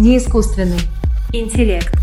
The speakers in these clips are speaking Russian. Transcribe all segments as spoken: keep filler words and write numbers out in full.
Неискусственный интеллект.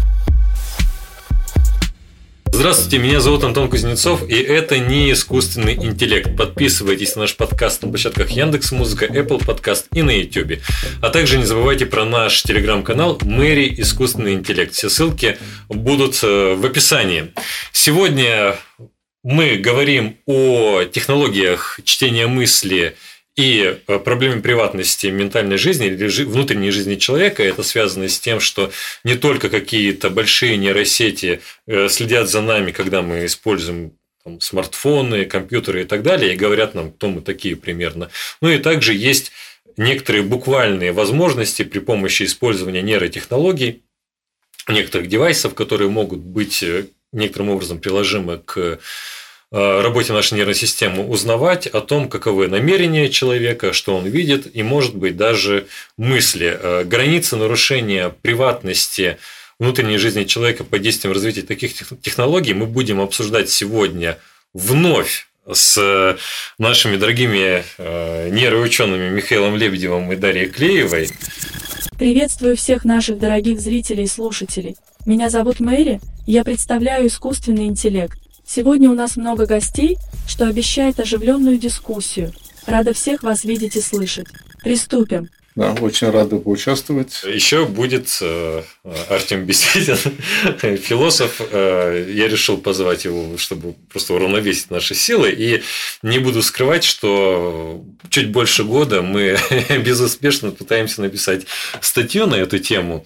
Здравствуйте, меня зовут Антон Кузнецов, и это не искусственный интеллект. Подписывайтесь на наш подкаст на площадках Яндекс.Музыка, Apple Podcast и на YouTube. А также не забывайте про наш телеграм-канал Мэри Искусственный интеллект. Все ссылки будут в описании. Сегодня мы говорим о технологиях чтения мысли и проблеме приватности ментальной жизни или внутренней жизни человека. Это связано с тем, что не только какие-то большие нейросети следят за нами, когда мы используем там, смартфоны, компьютеры и так далее, и говорят нам, кто мы такие примерно. Ну и также есть некоторые буквальные возможности при помощи использования нейротехнологий, некоторых девайсов, которые могут быть некоторым образом приложимы к работе нашей нервной системы, узнавать о том, каковы намерения человека, что он видит, и, может быть, даже мысли. Границы нарушения приватности внутренней жизни человека под действием развития таких технологий мы будем обсуждать сегодня вновь с нашими дорогими нейроучеными Михаилом Лебедевым и Дарьей Клеевой. Приветствую всех наших дорогих зрителей и слушателей. Меня зовут Мэри, я представляю искусственный интеллект. Сегодня у нас много гостей, что обещает оживленную дискуссию. Рада всех вас видеть и слышать. Приступим. Да, очень рада поучаствовать. Еще будет э, Артем Беседин, философ. Э, я решил позвать его, чтобы просто уравновесить наши силы. И не буду скрывать, что чуть больше года мы безуспешно пытаемся написать статью на эту тему,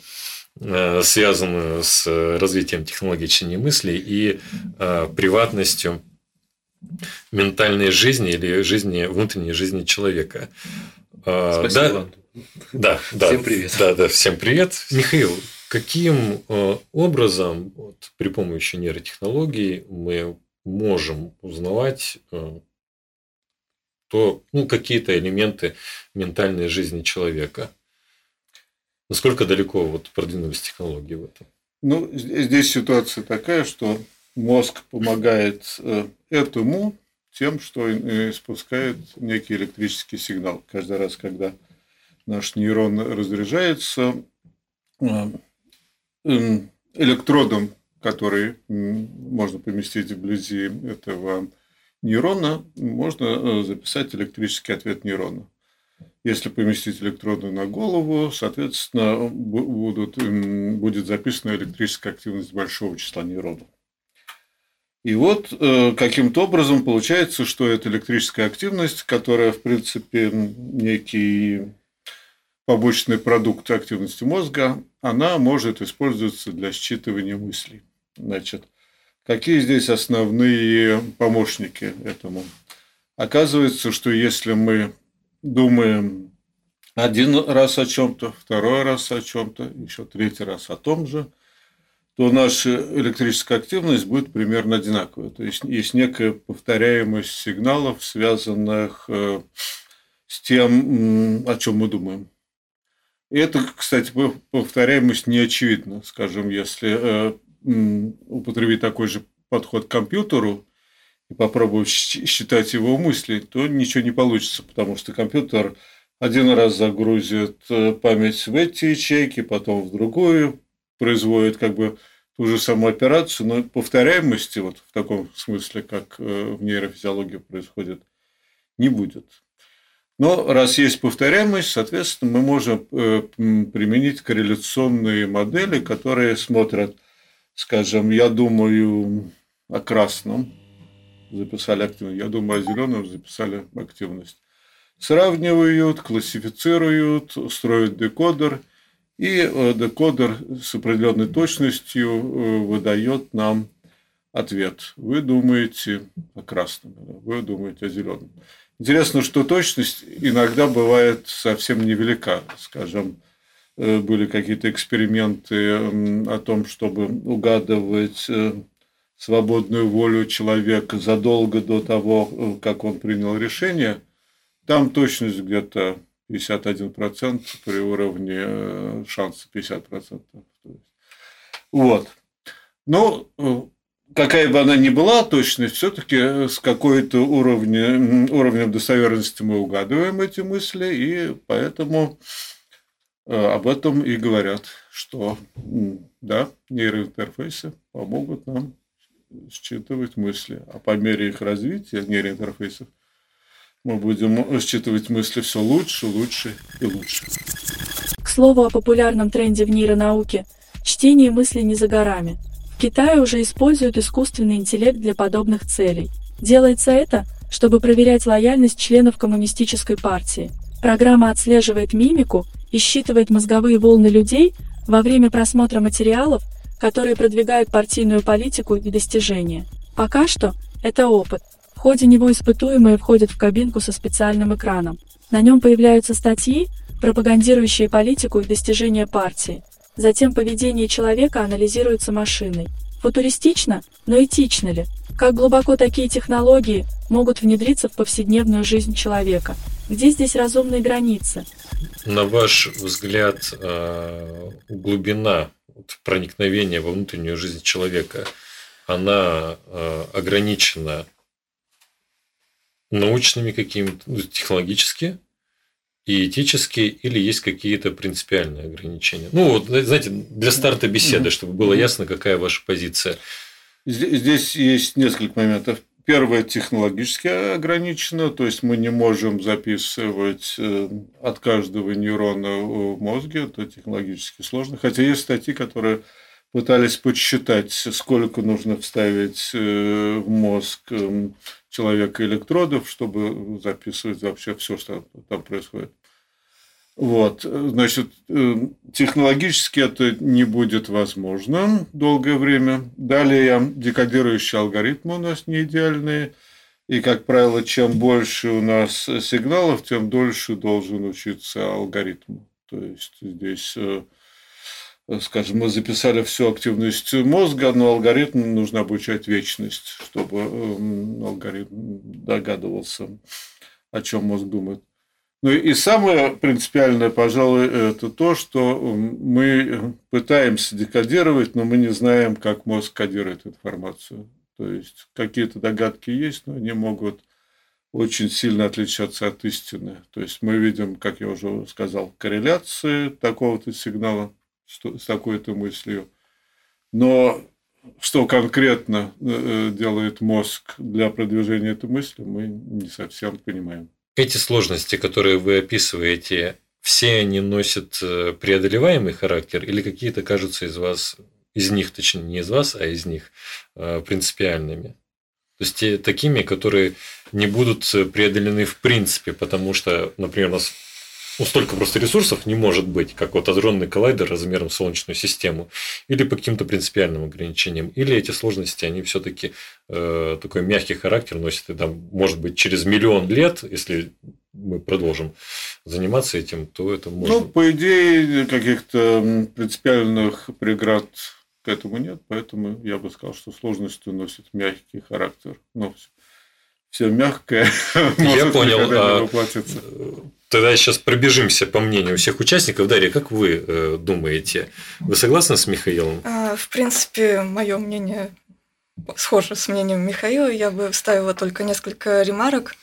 связанную с развитием технологий чтения мыслей и э, приватностью ментальной жизни или жизни, внутренней жизни человека. Спасибо. Да, да, всем привет. Да, да, всем привет. Михаил, каким э, образом вот, при помощи нейротехнологий мы можем узнавать э, то, ну, какие-то элементы ментальной жизни человека? Насколько далеко вот продвинулись технологии в этом? Ну, здесь ситуация такая, что мозг помогает этому тем, что испускает некий электрический сигнал. Каждый раз, когда наш нейрон разряжается, электродом, который можно поместить вблизи этого нейрона, можно записать электрический ответ нейрона. Если поместить электроды на голову, соответственно, будут, будет записана электрическая активность большого числа нейронов. И вот каким-то образом получается, что эта электрическая активность, которая, в принципе, некий побочный продукт активности мозга, она может использоваться для считывания мыслей. Значит, какие здесь основные помощники этому? Оказывается, что если мы думаем один раз о чем-то, второй раз о чем-то, еще третий раз о том же, то наша электрическая активность будет примерно одинаковая. То есть есть некая повторяемость сигналов, связанных с тем, о чем мы думаем. И это, кстати, повторяемость не очевидна. Скажем, если употребить такой же подход к компьютеру, и попробовать считать его мысли, то ничего не получится, потому что компьютер один раз загрузит память в эти ячейки, потом в другую, производит как бы ту же самую операцию, но повторяемости вот в таком смысле, как в нейрофизиологии происходит, не будет. Но раз есть повторяемость, соответственно, мы можем применить корреляционные модели, которые смотрят, скажем, я думаю о красном, записали активность. Я думаю, о зеленом записали активность. Сравнивают, классифицируют, строят декодер, и декодер с определенной точностью выдает нам ответ. Вы думаете о красном, вы думаете о зеленом. Интересно, что точность иногда бывает совсем невелика. Скажем, были какие-то эксперименты о том, чтобы угадывать свободную волю человека задолго до того, как он принял решение, там точность где-то пятьдесят один процент при уровне шанса пятьдесят процентов. Вот. Но какая бы она ни была точность, все-таки с какой-то уровнем, уровнем достоверности мы угадываем эти мысли, и поэтому об этом и говорят, что да, нейроинтерфейсы помогут нам считывать мысли. А по мере их развития нейроинтерфейсов мы будем считывать мысли все лучше, лучше и лучше. К слову о популярном тренде в нейронауке – чтение мыслей не за горами. В Китае уже используют искусственный интеллект для подобных целей. Делается это, чтобы проверять лояльность членов коммунистической партии. Программа отслеживает мимику и считывает мозговые волны людей во время просмотра материалов, которые продвигают партийную политику и достижения. Пока что это опыт. В ходе него испытуемые входят в кабинку со специальным экраном. На нем появляются статьи, пропагандирующие политику и достижения партии. Затем поведение человека анализируется машиной. Футуристично, но этично ли? Как глубоко такие технологии могут внедриться в повседневную жизнь человека? Где здесь разумные границы? На ваш взгляд, глубина проникновения во внутреннюю жизнь человека, она ограничена научными какими-то, технологически и этически, или есть какие-то принципиальные ограничения? Ну, вот, знаете, для старта беседы, чтобы было ясно, какая ваша позиция. Здесь есть несколько моментов. Первое, технологически ограничено, то есть мы не можем записывать от каждого нейрона в мозге, это технологически сложно. Хотя есть статьи, которые пытались подсчитать, сколько нужно вставить в мозг человека электродов, чтобы записывать вообще все, что там происходит. Вот, значит, технологически это не будет возможно долгое время. Далее, декодирующие алгоритмы у нас не идеальные. И, как правило, чем больше у нас сигналов, тем дольше должен учиться алгоритм. То есть, здесь, скажем, мы записали всю активность мозга, но алгоритм нужно обучать вечность, чтобы алгоритм догадывался, о чем мозг думает. Ну и самое принципиальное, пожалуй, это то, что мы пытаемся декодировать, но мы не знаем, как мозг кодирует информацию. То есть какие-то догадки есть, но они могут очень сильно отличаться от истины. То есть мы видим, как я уже сказал, корреляции такого-то сигнала с такой-то мыслью. Но что конкретно делает мозг для продвижения этой мысли, мы не совсем понимаем. Эти сложности, которые вы описываете, все они носят преодолеваемый характер или какие-то кажутся из вас, из них, точнее, не из вас, а из них принципиальными? То есть те, такими, которые не будут преодолены в принципе, потому что, например, у нас ну, столько просто ресурсов не может быть, как вот адронный коллайдер размером в Солнечную систему, или по каким-то принципиальным ограничениям, или эти сложности, они все-таки э, такой мягкий характер носят, и там, может быть, через миллион лет, если мы продолжим заниматься этим, то это можно... Ну, по идее, каких-то принципиальных преград к этому нет, поэтому я бы сказал, что сложности носят мягкий характер. Но все мягкое может никогда не воплотиться. Тогда сейчас пробежимся по мнению всех участников. Дарья, как вы э, думаете? Вы согласны с Михаилом? В принципе, мое мнение схоже с мнением Михаила. Я бы вставила только несколько ремарок.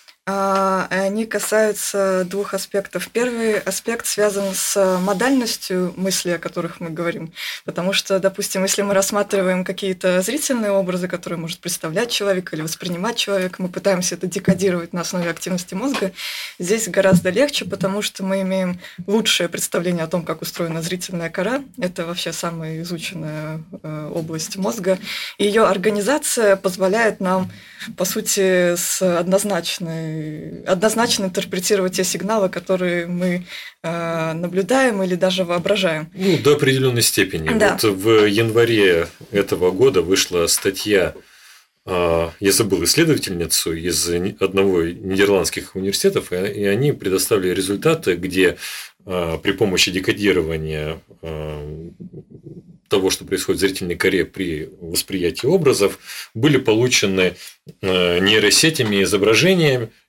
Они касаются двух аспектов. Первый аспект связан с модальностью мыслей, о которых мы говорим. Потому что, допустим, если мы рассматриваем какие-то зрительные образы, которые может представлять человек или воспринимать человек, мы пытаемся это декодировать на основе активности мозга, здесь гораздо легче, потому что мы имеем лучшее представление о том, как устроена зрительная кора. Это вообще самая изученная область мозга. И ее организация позволяет нам, по сути, с однозначной однозначно интерпретировать те сигналы, которые мы э, наблюдаем или даже воображаем. Ну, до определенной степени. Да. Вот в январе этого года вышла статья, э, я забыл исследовательницу из одного из нидерландских университетов, и они предоставили результаты, где э, при помощи декодирования э, того, что происходит в зрительной коре при восприятии образов, были получены нейросетями изображения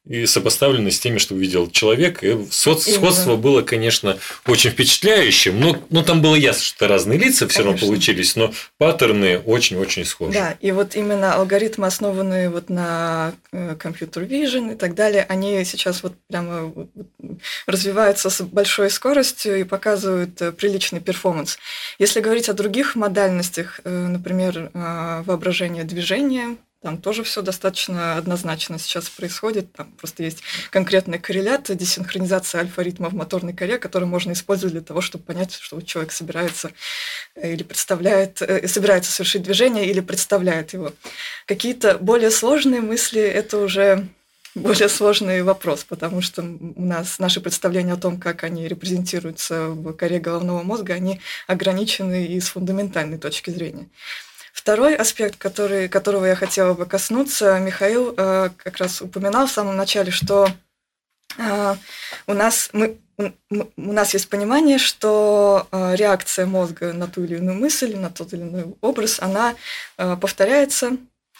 и сопоставлены с теми, что увидел человек. И сходство было, конечно, очень впечатляющим. Но, но там было ясно, что разные лица все равно получились, но паттерны очень-очень схожи. Да, и вот именно алгоритмы, основанные вот на компьютер vision и так далее, они сейчас вот прямо развиваются с большой скоростью и показывают приличный перформанс. Если говорить о других модальностях, например, воображение движения, там тоже все достаточно однозначно сейчас происходит. Там просто есть конкретный коррелят, десинхронизация альфа-ритма в моторной коре, который можно использовать для того, чтобы понять, что человек собирается или представляет, собирается совершить движение или представляет его. Какие-то более сложные мысли – это уже более сложный вопрос, потому что у нас наши представления о том, как они репрезентируются в коре головного мозга, они ограничены и с фундаментальной точки зрения. Второй аспект, который, которого я хотела бы коснуться, Михаил э, как раз упоминал в самом начале, что э, у, нас, мы, у, у нас есть понимание, что э, реакция мозга на ту или иную мысль, на тот или иной образ, она э, повторяется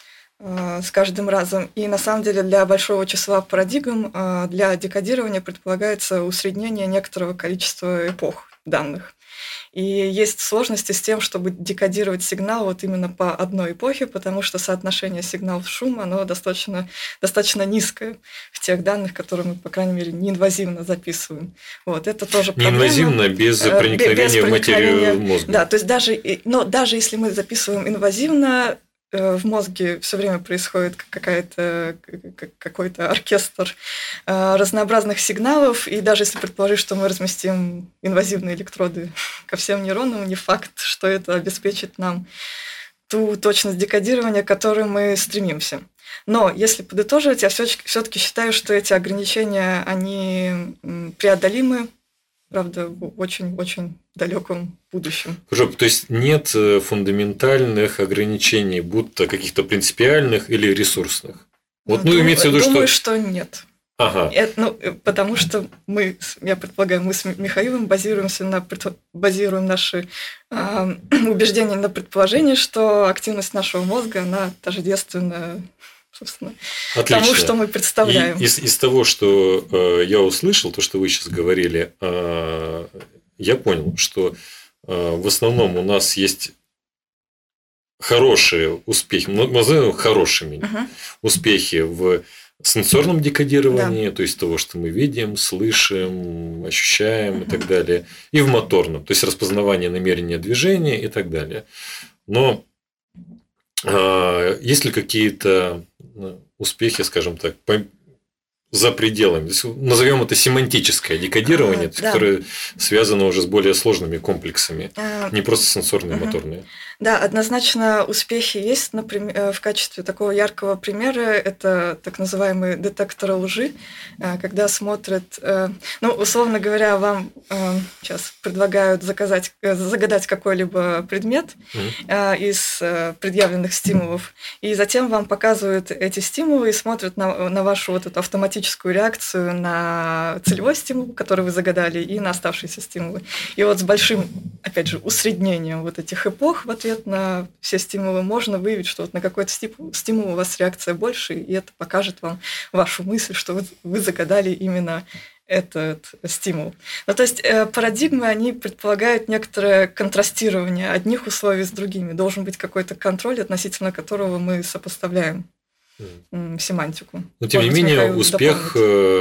э, с каждым разом. И на самом деле для большого числа парадигм, э, для декодирования предполагается усреднение некоторого количества эпох данных. И есть сложности с тем, чтобы декодировать сигнал вот именно по одной эпохе, потому что соотношение сигнал-шум, оно достаточно, достаточно низкое в тех данных, которые мы, по крайней мере, неинвазивно записываем. Вот, это тоже проблема. Неинвазивно, без проникновения, без проникновения в материю мозга. Да, то есть даже, но даже если мы записываем инвазивно, в мозге все время происходит какая-то, какой-то оркестр разнообразных сигналов, и даже если предположить, что мы разместим инвазивные электроды ко всем нейронам, не факт, что это обеспечит нам ту точность декодирования, к которой мы стремимся. Но если подытоживать, я все-таки считаю, что эти ограничения, они преодолимы, правда, в очень-очень далеком будущем. Хорошо, то есть нет фундаментальных ограничений, будто каких-то принципиальных или ресурсных? Вот, ну, Дум, имеется в виду, думаю, что... что нет. Ага. Это, ну, потому что мы, я предполагаю, мы с Михаилом базируемся на, базируем наши э, убеждения на предположении, что активность нашего мозга, она тождественна, собственно, Отлично. тому, что мы представляем. И из, из того, что э, я услышал, то, что вы сейчас говорили, э, я понял, что э, в основном у нас есть хорошие успехи, мы назовем хорошими uh-huh. успехи в сенсорном декодировании, да. то есть того, что мы видим, слышим, ощущаем uh-huh. и так далее, и в моторном, то есть распознавание намерения движения и так далее. Но э, есть ли какие-то успехи, скажем так, по, за пределами, назовем это семантическое декодирование, а, да. которое связано уже с более сложными комплексами, а, не просто сенсорные, угу. моторные. Да, однозначно успехи есть. Например, в качестве такого яркого примера это так называемые детекторы лжи, когда смотрят, ну, условно говоря, вам сейчас предлагают заказать, загадать какой-либо предмет mm-hmm. из предъявленных стимулов, и затем вам показывают эти стимулы и смотрят на, на вашу вот эту автоматическую реакцию на целевой стимул, который вы загадали, и на оставшиеся стимулы. И вот с большим, опять же, усреднением вот этих эпох в ответ на все стимулы можно выявить, что вот на какой-то стимул, стимул у вас реакция больше, и это покажет вам вашу мысль, что вы, вы загадали именно этот стимул. Ну, то есть парадигмы, они предполагают некоторое контрастирование одних условий с другими. Должен быть какой-то контроль, относительно которого мы сопоставляем mm. семантику. Но, тем Может, не менее, успех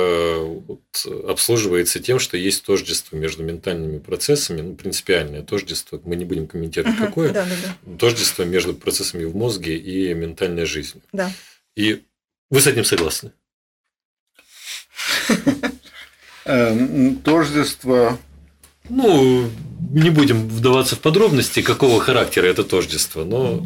вот, обслуживается тем, что есть тождество между ментальными процессами, ну, принципиальное тождество, мы не будем комментировать, uh-huh. какое, да, да, да. тождество между процессами в мозге и ментальной жизнью. Да. И вы с этим согласны? Тождество... Ну, не будем вдаваться в подробности, какого характера это тождество, но...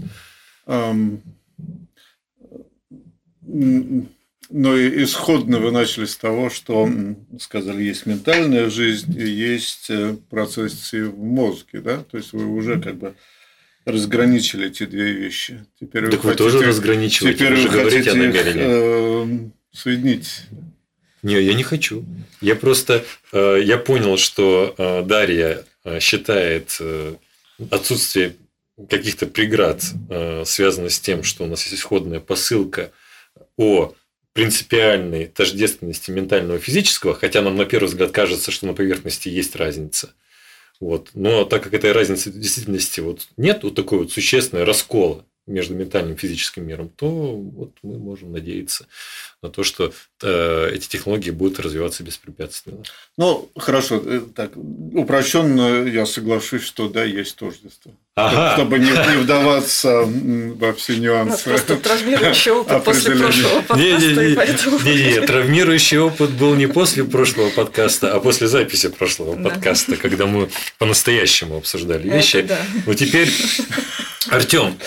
Но исходно вы начали с того, что сказали, есть ментальная жизнь и есть процессы в мозге, да? То есть вы уже как бы разграничили эти две вещи. Теперь так вы, вы хотите, тоже разграничиваете, теперь вы же говорите о намерении. Э, соединить. Не, я не хочу. Я просто э, я понял, что э, Дарья считает э, отсутствие каких-то преград, э, связанных с тем, что у нас есть исходная посылка о принципиальной тождественности ментального и физического, хотя нам на первый взгляд кажется, что на поверхности есть разница. Вот. Но так как этой разницы в действительности вот нет, вот такой вот существенной раскола между ментальным и физическим миром, то вот мы можем надеяться на то, что э, эти технологии будут развиваться беспрепятственно. Ну, хорошо, так упрощенно я соглашусь, что да, есть тождество. Ага. Чтобы не, не вдаваться во все нюансы. У нас просто травмирующий опыт после прошлого подкаста. Не-не-не, травмирующий опыт был не после прошлого подкаста, а после записи прошлого подкаста, когда мы по-настоящему обсуждали вещи. Вот теперь, Артём,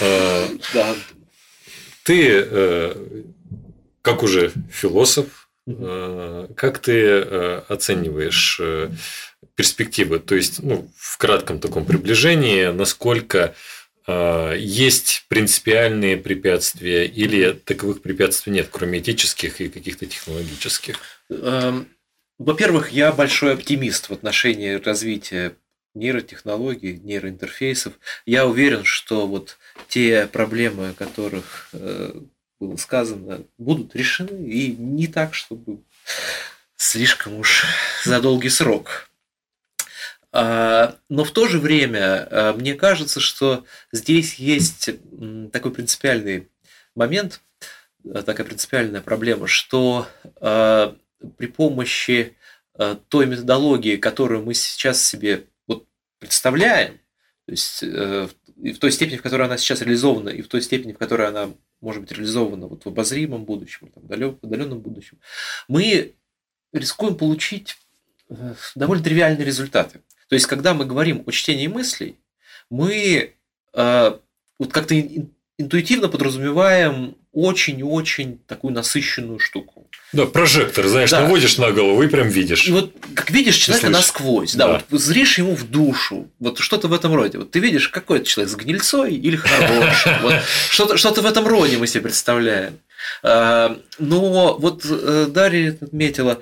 ты, как уже философ, как ты оцениваешь перспективы, то есть, ну, в кратком таком приближении, насколько э, есть принципиальные препятствия или таковых препятствий нет, кроме этических и каких-то технологических? Во-первых, я большой оптимист в отношении развития нейротехнологий, нейроинтерфейсов. Я уверен, что вот те проблемы, о которых э, было сказано, будут решены, и не так, чтобы слишком уж за долгий срок. Но в то же время мне кажется, что здесь есть такой принципиальный момент, такая принципиальная проблема, что при помощи той методологии, которую мы сейчас себе вот представляем, то есть и в той степени, в которой она сейчас реализована, и в той степени, в которой она может быть реализована вот в обозримом будущем, в отдаленном будущем, мы рискуем получить довольно тривиальные результаты. То есть, когда мы говорим о чтении мыслей, мы э, вот как-то интуитивно подразумеваем очень-очень такую насыщенную штуку. Да, прожектор, знаешь, да. Наводишь на голову и прям видишь. И вот как видишь человека насквозь, да, да. Вот зришь ему в душу, вот что-то в этом роде. Вот ты видишь, какой это человек, с гнильцой или хороший. Вот что-то, что-то в этом роде мы себе представляем. Но вот Дарья отметила,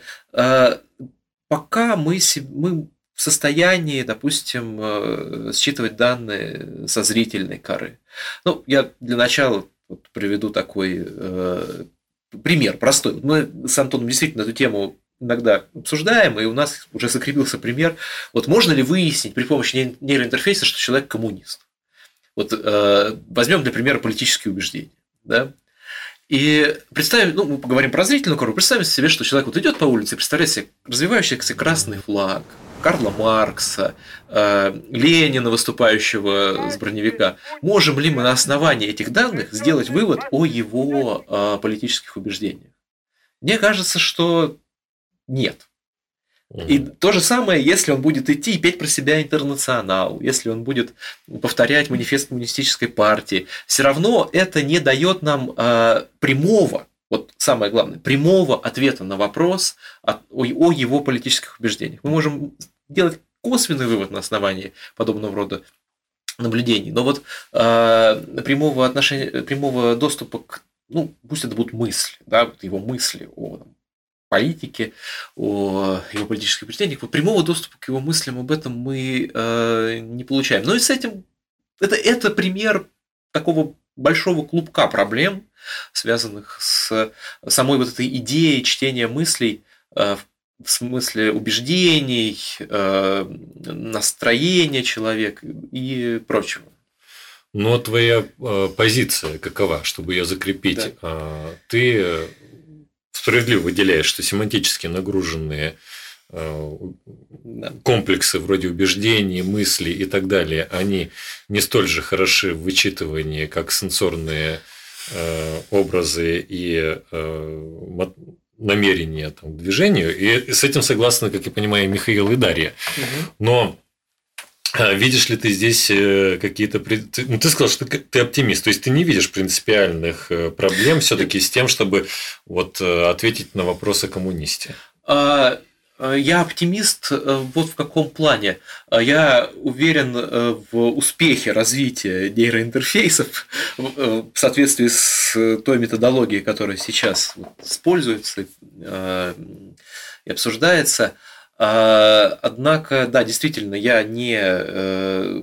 пока мы, мы в состоянии, допустим, считывать данные со зрительной коры. Ну, я для начала вот приведу такой э, пример простой. Мы с Антоном действительно эту тему иногда обсуждаем, и у нас уже закрепился пример. Вот можно ли выяснить при помощи нейроинтерфейса, что человек коммунист? Вот э, возьмем для примера политические убеждения. Да? И представим, ну, мы поговорим про зрительную кору, представим себе, что человек вот идет по улице и представляет себе развивающийся красный флаг, Карла Маркса, э, Ленина, выступающего с броневика. Можем ли мы на основании этих данных сделать вывод о его э, политических убеждениях? Мне кажется, что нет. И то же самое, если он будет идти и петь про себя «Интернационал», если он будет повторять манифест коммунистической партии, все равно это не дает нам э, прямого, вот самое главное, прямого ответа на вопрос о, о его политических убеждениях. Мы можем делать косвенный вывод на основании подобного рода наблюдений, но вот э, прямого отношения, прямого доступа к, ну, пусть это будут мысли, да, вот его мысли о там, политике, о его политических убеждениях, вот прямого доступа к его мыслям об этом мы э, не получаем. Но и с этим это, это пример такого большого клубка проблем, связанных с самой вот этой идеей чтения мыслей э, в смысле убеждений, э, настроения человека и прочего. Но твоя э, позиция какова, чтобы ее закрепить? Да. Э, ты справедливо выделяешь, что семантически нагруженные э, да. комплексы вроде убеждений, мыслей и так далее, они не столь же хороши в вычитывании, как сенсорные э, образы и э, намерения там, к движению. И с этим согласны, как я понимаю, Михаил и Дарья. Угу. Но видишь ли ты здесь какие-то... Ну, ты сказал, что ты оптимист, то есть ты не видишь принципиальных проблем все-таки с тем, чтобы вот ответить на вопрос о коммунисте? Я оптимист вот в каком плане. Я уверен в успехе развития нейроинтерфейсов в соответствии с той методологией, которая сейчас используется и обсуждается. Однако, да, действительно, я не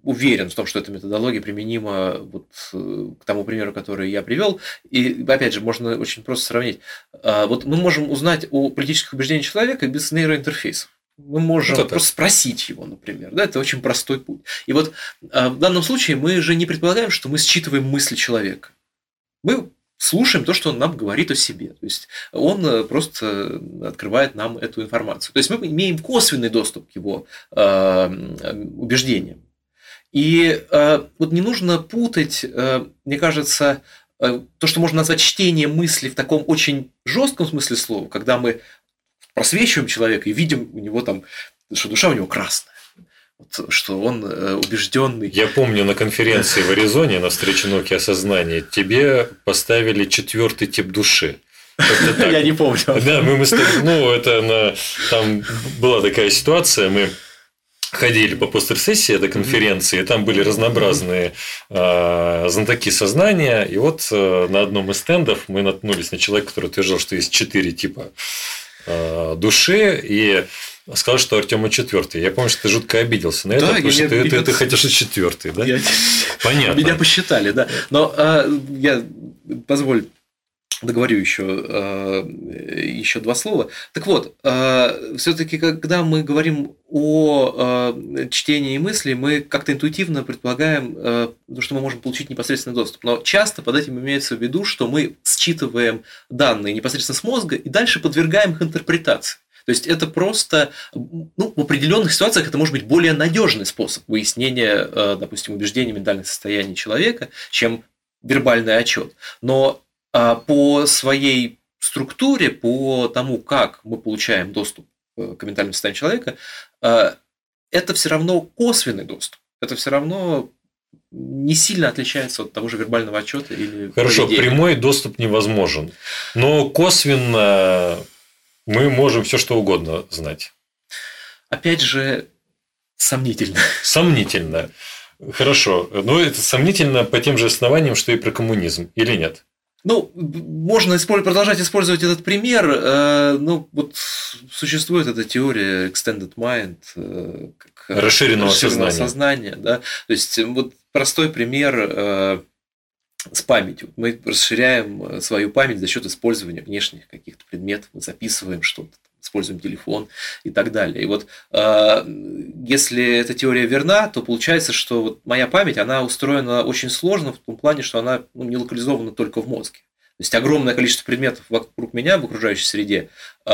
уверен в том, что эта методология применима вот к тому примеру, который я привел. И, опять же, можно очень просто сравнить. Вот мы можем узнать о политических убеждениях человека без нейроинтерфейсов. Мы можем это просто так. спросить его, например. Да, это очень простой путь. И вот в данном случае мы же не предполагаем, что мы считываем мысли человека. Мы слушаем то, что он нам говорит о себе. То есть он просто открывает нам эту информацию. То есть мы имеем косвенный доступ к его э, убеждениям. И э, вот не нужно путать, э, мне кажется, э, то, что можно назвать чтением мысли в таком очень жестком смысле слова, когда мы просвечиваем человека и видим у него там, что душа у него красная. Что он убежденный. Я помню, на конференции в Аризоне, на встрече науки о сознании, тебе поставили четвертый тип души. Я не помню. Да, мы, мы ну, это на, там была такая ситуация, мы ходили по постер-сессии этой конференции, и там были разнообразные э, знатоки сознания, и вот э, на одном из стендов мы наткнулись на человека, который утверждал, что есть четыре типа э, души, и сказал, что Артёма четвертый. Я помню, что ты жутко обиделся на это, да, потому что ты, ты, ты хотишь четвертый, да? Я... Понятно. Меня посчитали, да. Но а, я позволь договорю еще, а, еще два слова. Так вот, а, все-таки, когда мы говорим о а, чтении мыслей, мы как-то интуитивно предполагаем, а, что мы можем получить непосредственный доступ. Но часто под этим имеется в виду, что мы считываем данные непосредственно с мозга и дальше подвергаем их интерпретации. То есть это просто, ну, в определенных ситуациях это может быть более надежный способ выяснения, допустим, убеждений, ментальных состояний человека, чем вербальный отчет. Но по своей структуре, по тому, как мы получаем доступ к ментальному состоянию человека, это все равно косвенный доступ. Это все равно не сильно отличается от того же вербального отчета или Хорошо, поведения. Прямой доступ невозможен, но косвенно мы можем все что угодно знать. Опять же, сомнительно. Сомнительно. Хорошо. Но это сомнительно по тем же основаниям, что и про коммунизм, или нет? Ну, можно использовать, продолжать использовать этот пример. Ну, вот существует эта теория extended mind, как расширенного, расширенного сознания. сознания, да? То есть, вот простой пример с памятью. Мы расширяем свою память за счет использования внешних каких-то предметов, мы записываем что-то, используем телефон и так далее. И вот если эта теория верна, то получается, что вот моя память, она устроена очень сложно в том плане, что она, ну, не локализована только в мозге. То есть огромное количество предметов вокруг меня в окружающей среде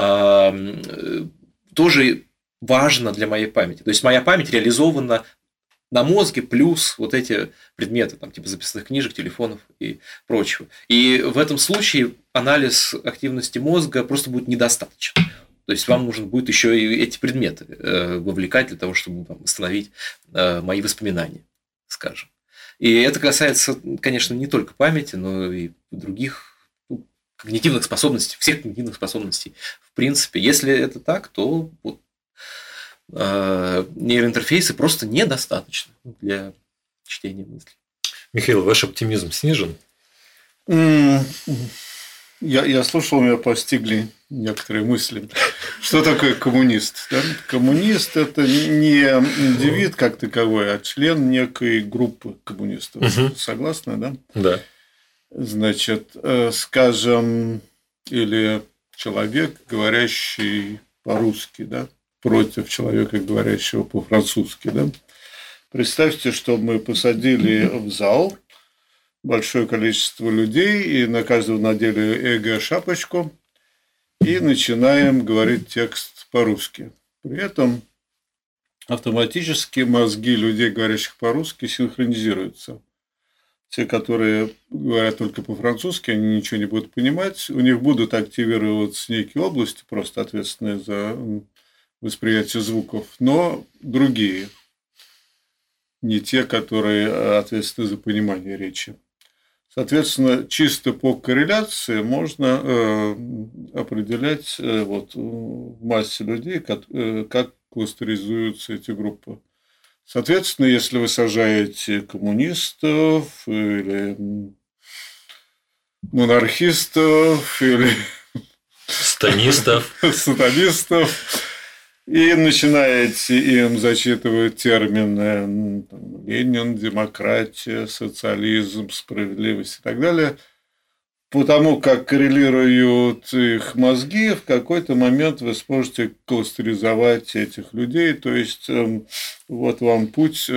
тоже важно для моей памяти. То есть моя память реализована на мозге плюс вот эти предметы, там, типа записных книжек, телефонов и прочего. И в этом случае анализ активности мозга просто будет недостаточен. То есть вам нужно будет еще и эти предметы вовлекать для того, чтобы там, восстановить мои воспоминания, скажем. И это касается, конечно, не только памяти, но и других, ну, когнитивных способностей, всех когнитивных способностей. В принципе, если это так, то вот, нейроинтерфейсы просто недостаточно для чтения мыслей. Михаил, ваш оптимизм снижен? Я, я слушал, меня постигли некоторые мысли. Что такое коммунист? Да? Коммунист – это не индивид как таковой, а член некой группы коммунистов. Угу. Согласны, да? Да. Значит, скажем, или человек, говорящий по-русски, да? Против человека, говорящего по-французски. Да? Представьте, что мы посадили в зал большое количество людей, и на каждого надели эго-шапочку, и начинаем говорить текст по-русски. При этом автоматически мозги людей, говорящих по-русски, синхронизируются. Те, которые говорят только по-французски, они ничего не будут понимать, у них будут активироваться некие области, просто ответственные за восприятие звуков, но другие, не те, которые ответственны за понимание речи. Соответственно, чисто по корреляции можно э, определять э, вот, в массе людей, как, э, как кластеризуются эти группы. Соответственно, если вы сажаете коммунистов или монархистов или станистов, сатанистов, и начинаете им зачитывать термины там, Ленин, демократия, социализм, справедливость и так далее. Потому как коррелируют их мозги, в какой-то момент вы сможете кластеризовать этих людей. То есть, вот вам путь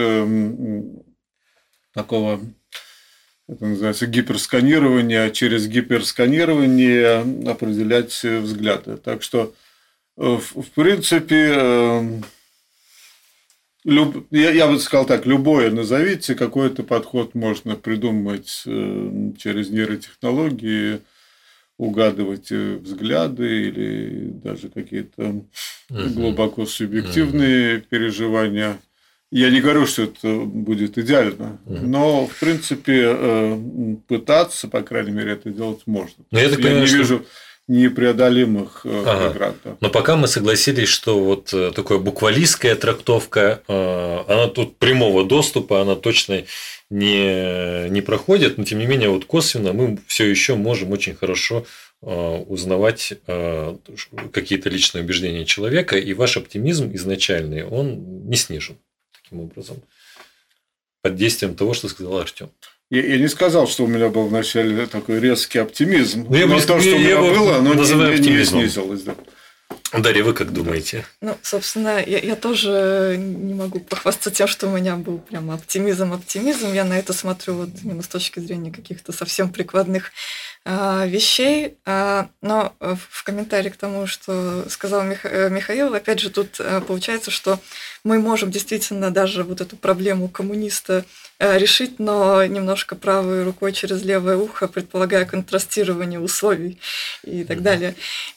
такого, это называется, гиперсканирования, а через гиперсканирование определять взгляды. Так что, в принципе, Люб... Я, я бы сказал так, любое назовите, какой-то подход можно придумать э, через нейротехнологии, угадывать взгляды или даже какие-то uh-huh. глубоко субъективные uh-huh. переживания. Я не говорю, что это будет идеально, uh-huh. но, в принципе, э, пытаться, по крайней мере, это делать можно. Но я, так понимаю, я не что... вижу непреодолимых ага. преград. Но пока мы согласились, что вот такая буквалистская трактовка, она тут прямого доступа, она точно не, не проходит, но тем не менее вот косвенно мы все еще можем очень хорошо узнавать какие-то личные убеждения человека, и ваш оптимизм изначальный, он не снижен таким образом под действием того, что сказал Артем. Я, я не сказал, что у меня был вначале такой резкий оптимизм. Ну, но то, что у меня было, оно не, не снизилось. Да. Дарья, вы как думаете? Ну, собственно, я, я тоже не могу похвастаться тем, что у меня был прямо оптимизм, оптимизм. Я на это смотрю вот именно с точки зрения каких-то совсем прикладных а, вещей. А, но в комментарии к тому, что сказал Мих... Михаил, опять же, тут а, получается, что мы можем действительно даже вот эту проблему коммуниста решить, но немножко правой рукой через левое ухо, предполагая контрастирование условий и так далее.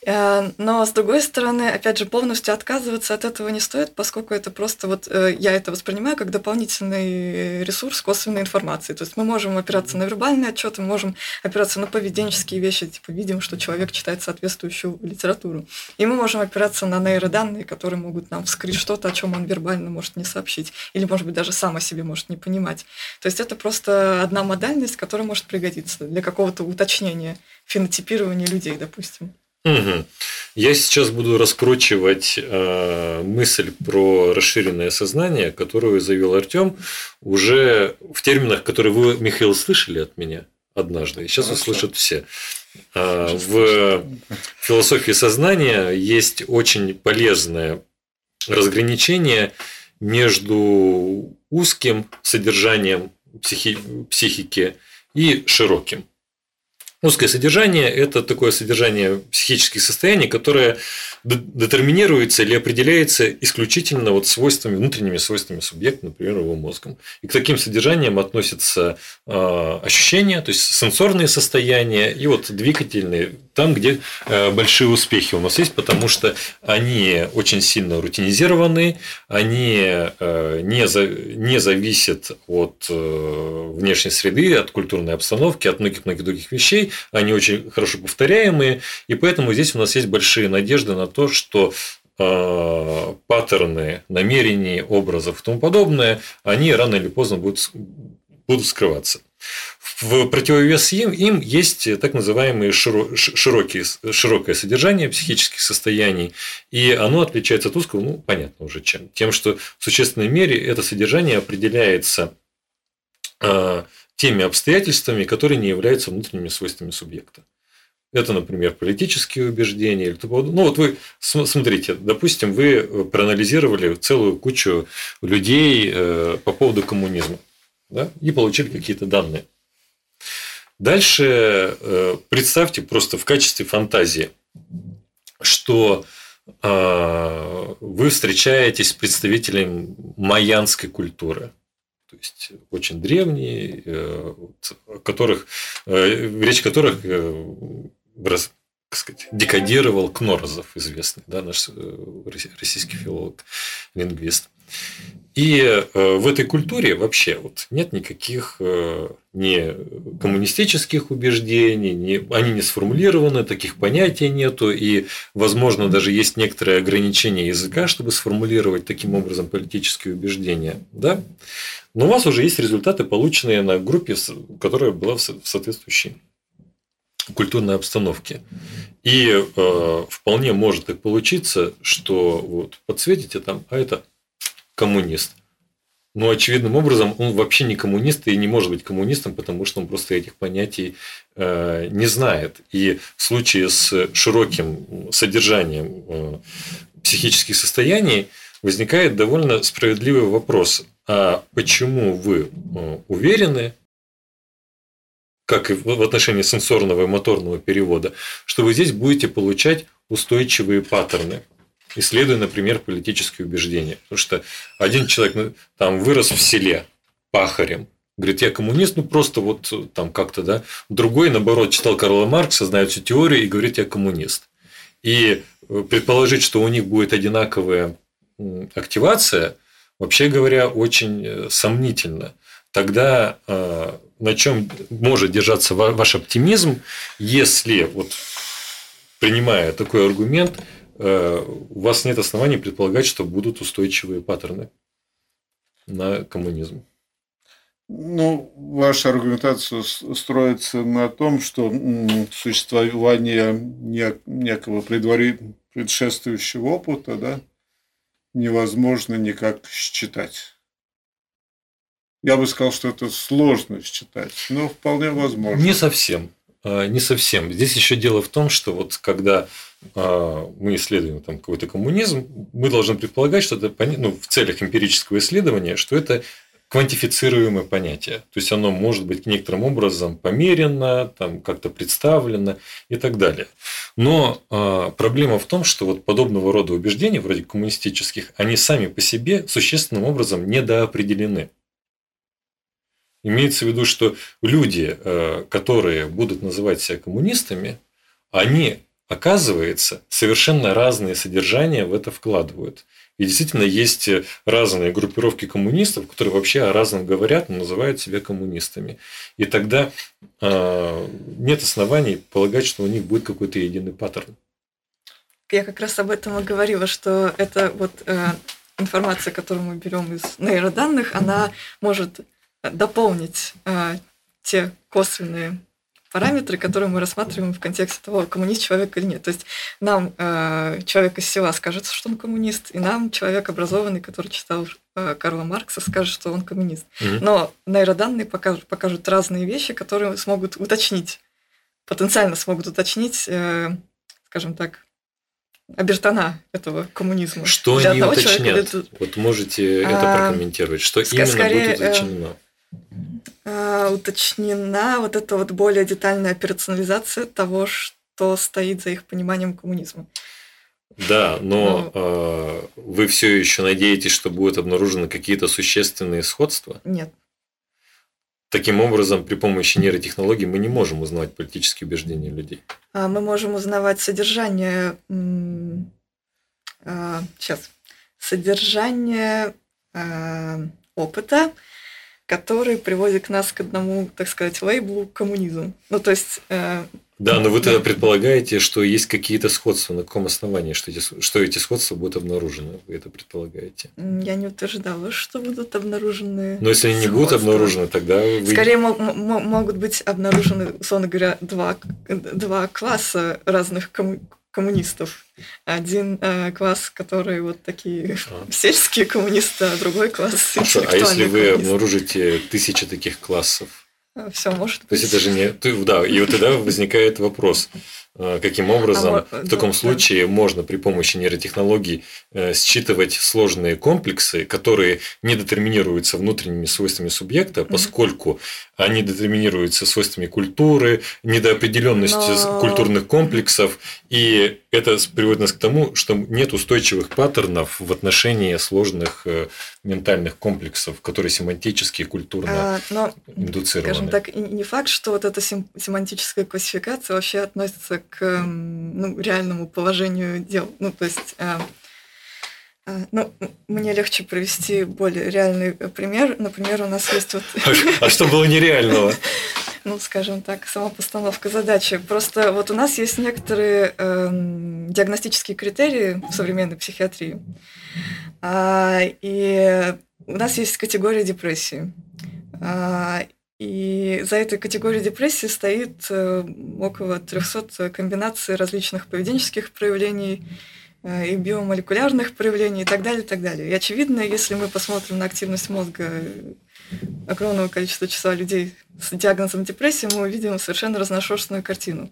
Но, с другой стороны, опять же, полностью отказываться от этого не стоит, поскольку это просто вот я это воспринимаю как дополнительный ресурс косвенной информации. То есть мы можем опираться на вербальные отчеты, мы можем опираться на поведенческие вещи, типа видим, что человек читает соответствующую литературу. И мы можем опираться на нейроданные, которые могут нам вскрыть что-то, о чем он вербально может не сообщить, или, может быть, даже сам о себе может не понимать. То есть это просто одна модальность, которая может пригодиться для какого-то уточнения, фенотипирования людей, допустим. Угу. Я сейчас буду раскручивать э, мысль про расширенное сознание, которую заявил Артем, уже в терминах, которые вы, Михаил, слышали от меня однажды, и сейчас Хорошо. Услышат все. Э, в философии сознания есть очень полезное разграничение между узким содержанием психи- психики и широким. Узкое содержание – это такое содержание психических состояний, которое детерминируется или определяется исключительно вот свойствами, внутренними свойствами субъекта, например, его мозгом. И к таким содержаниям относятся э, ощущения, то есть сенсорные состояния и вот двигательные, там, где э, большие успехи у нас есть, потому что они очень сильно рутинизированы, они э, не, за, не зависят от э, внешней среды, от культурной обстановки, от многих-многих других вещей. Они очень хорошо повторяемые, и поэтому здесь у нас есть большие надежды на то, что э, паттерны намерений, образов и тому подобное, они рано или поздно будут, будут скрываться. В противовес им, им есть так называемые широкие, широкое содержание психических состояний, и оно отличается от узкого, ну, понятно уже чем. Тем, что в существенной мере это содержание определяется э, теми обстоятельствами, которые не являются внутренними свойствами субъекта. Это, например, политические убеждения. Или ну, вот вы смотрите, допустим, вы проанализировали целую кучу людей по поводу коммунизма, да, и получили какие-то данные. Дальше представьте просто в качестве фантазии, что вы встречаетесь с представителем майянской культуры. То есть очень древние, которых, речь которых как сказать, декодировал Кнорозов, известный, да, наш российский филолог, лингвист. И в этой культуре вообще вот нет никаких ни коммунистических убеждений, ни, они не сформулированы, таких понятий нету, и, возможно, даже есть некоторые ограничения языка, чтобы сформулировать таким образом политические убеждения. Да? Но у вас уже есть результаты, полученные на группе, которая была в соответствующей культурной обстановке. И э, вполне может так получиться, что вот подсветите там, а это коммунист. Но очевидным образом он вообще не коммунист и не может быть коммунистом, потому что он просто этих понятий э, не знает. И в случае с широким содержанием э, психических состояний возникает довольно справедливый вопрос: а почему вы э, уверены, как и в отношении сенсорного и моторного перевода, что вы здесь будете получать устойчивые паттерны, исследуя, например, политические убеждения? Потому что один человек там вырос в селе пахарем, говорит, я коммунист, ну просто вот там как-то, да. Другой, наоборот, читал Карла Маркса, знает всю теорию и говорит, я коммунист. И предположить, что у них будет одинаковая активация, вообще говоря, очень сомнительно. Тогда на чем может держаться ваш оптимизм, если, вот, принимая такой аргумент, у вас нет оснований предполагать, что будут устойчивые паттерны на коммунизм? Ну, ваша аргументация строится на том, что существование некого предшествующего опыта, да, невозможно никак считать. Я бы сказал, что это сложно считать, но вполне возможно. Не совсем. Не совсем. Здесь еще дело в том, что вот когда мы исследуем там какой-то коммунизм, мы должны предполагать, что это, ну, в целях эмпирического исследования, что это квантифицируемое понятие. То есть оно может быть некоторым образом померено, там, как-то представлено и так далее. Но э, проблема в том, что вот подобного рода убеждения, вроде коммунистических, они сами по себе существенным образом недоопределены. Имеется в виду, что люди, э, которые будут называть себя коммунистами, они, оказывается, совершенно разные содержания в это вкладывают. И действительно есть разные группировки коммунистов, которые вообще о разном говорят, но называют себя коммунистами. И тогда э, нет оснований полагать, что у них будет какой-то единый паттерн. Я как раз об этом и говорила, что это вот э, информация, которую мы берем из нейроданных, она может дополнить э, те косвенные параметры, которые мы рассматриваем в контексте того, коммунист человек или нет. То есть нам э, человек из села скажет, что он коммунист, и нам человек образованный, который читал э, Карла Маркса, скажет, что он коммунист. Mm-hmm. Но нейроданные покажут, покажут разные вещи, которые смогут уточнить, потенциально смогут уточнить, э, скажем так, обертона этого коммунизма. Что для они уточнят? Человека, вот можете это а, прокомментировать. Что именно скорее, будет уточнено? Э, уточнена вот эта вот более детальная операционализация того, что стоит за их пониманием коммунизма. Да, но ну, э, вы все еще надеетесь, что будут обнаружены какие-то существенные сходства? Нет. Таким образом, при помощи нейротехнологий мы не можем узнавать политические убеждения людей. Мы можем узнавать содержание... Сейчас. Содержание опыта, который приводит к нас к одному, так сказать, лейблу коммунизм. Ну, то есть... Да, но вы тогда предполагаете, что есть какие-то сходства. На каком основании, что эти, что эти сходства будут обнаружены? Вы это предполагаете? Я не утверждала, что будут обнаружены. Но если они не будут обнаружены, тогда вы... Скорее м- м- могут быть обнаружены, условно говоря, два, два класса разных комму- коммунистов. Один э, класс, который вот такие а. сельские коммунисты, а другой класс интеллектуальных. А если вы коммунистов. Обнаружите тысячи таких классов? Все может быть. То есть это же не... Да, и вот тогда возникает вопрос, каким образом а, в таком да, случае да. можно при помощи нейротехнологий считывать сложные комплексы, которые не детерминируются внутренними свойствами субъекта, поскольку mm-hmm. они детерминируются свойствами культуры, недоопределенностью Но... культурных комплексов, и это приводит нас к тому, что нет устойчивых паттернов в отношении сложных ментальных комплексов, которые семантически и культурно а, но, индуцированы. Скажем так, не факт, что вот эта семантическая классификация вообще относится к ну, реальному положению дел. Ну, то есть, э, э, ну, мне легче привести более реальный пример. Например, у нас есть вот... А что было нереального? Ну, скажем так, сама постановка задачи. Просто вот у нас есть некоторые э, диагностические критерии в современной психиатрии. А, и у нас есть категория депрессии. А, И за этой категорией депрессии стоит около трехсот комбинаций различных поведенческих проявлений и биомолекулярных проявлений и так далее, и так далее. И очевидно, если мы посмотрим на активность мозга огромного количества числа людей с диагнозом депрессии, мы увидим совершенно разношерстную картину.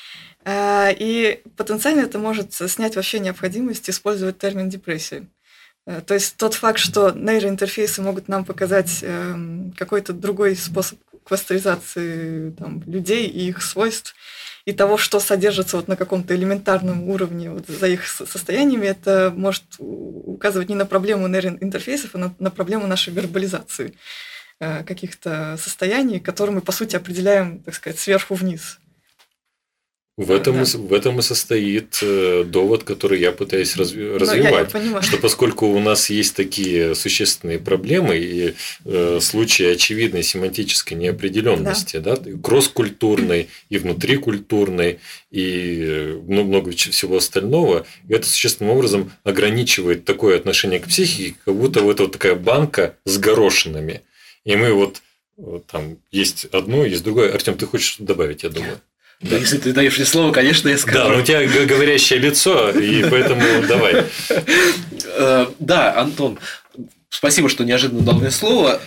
И потенциально это может снять вообще необходимость использовать термин депрессия. То есть тот факт, что нейроинтерфейсы могут нам показать какой-то другой способ кластеризации там, людей и их свойств, и того, что содержится вот на каком-то элементарном уровне вот за их состояниями, это может указывать не на проблему нейроинтерфейсов, а на, на проблему нашей вербализации каких-то состояний, которые мы, по сути, определяем, так сказать, сверху вниз. В этом, да. в этом и состоит довод, который я пытаюсь разви- развивать. Я, я что поскольку у нас есть такие существенные проблемы и э, случаи очевидной семантической неопределенности, да. Да, кросс-культурной и внутрикультурной, и много всего остального, это существенным образом ограничивает такое отношение к психике, как будто это вот такая банка с горошинами. И мы вот, там есть одно, есть другое. Артем, ты хочешь добавить, я думаю? Да, если ты даешь мне слово, конечно, я скажу. Да, но у тебя говорящее лицо, и поэтому давай. Да, Антон, спасибо, что неожиданно дал мне слово.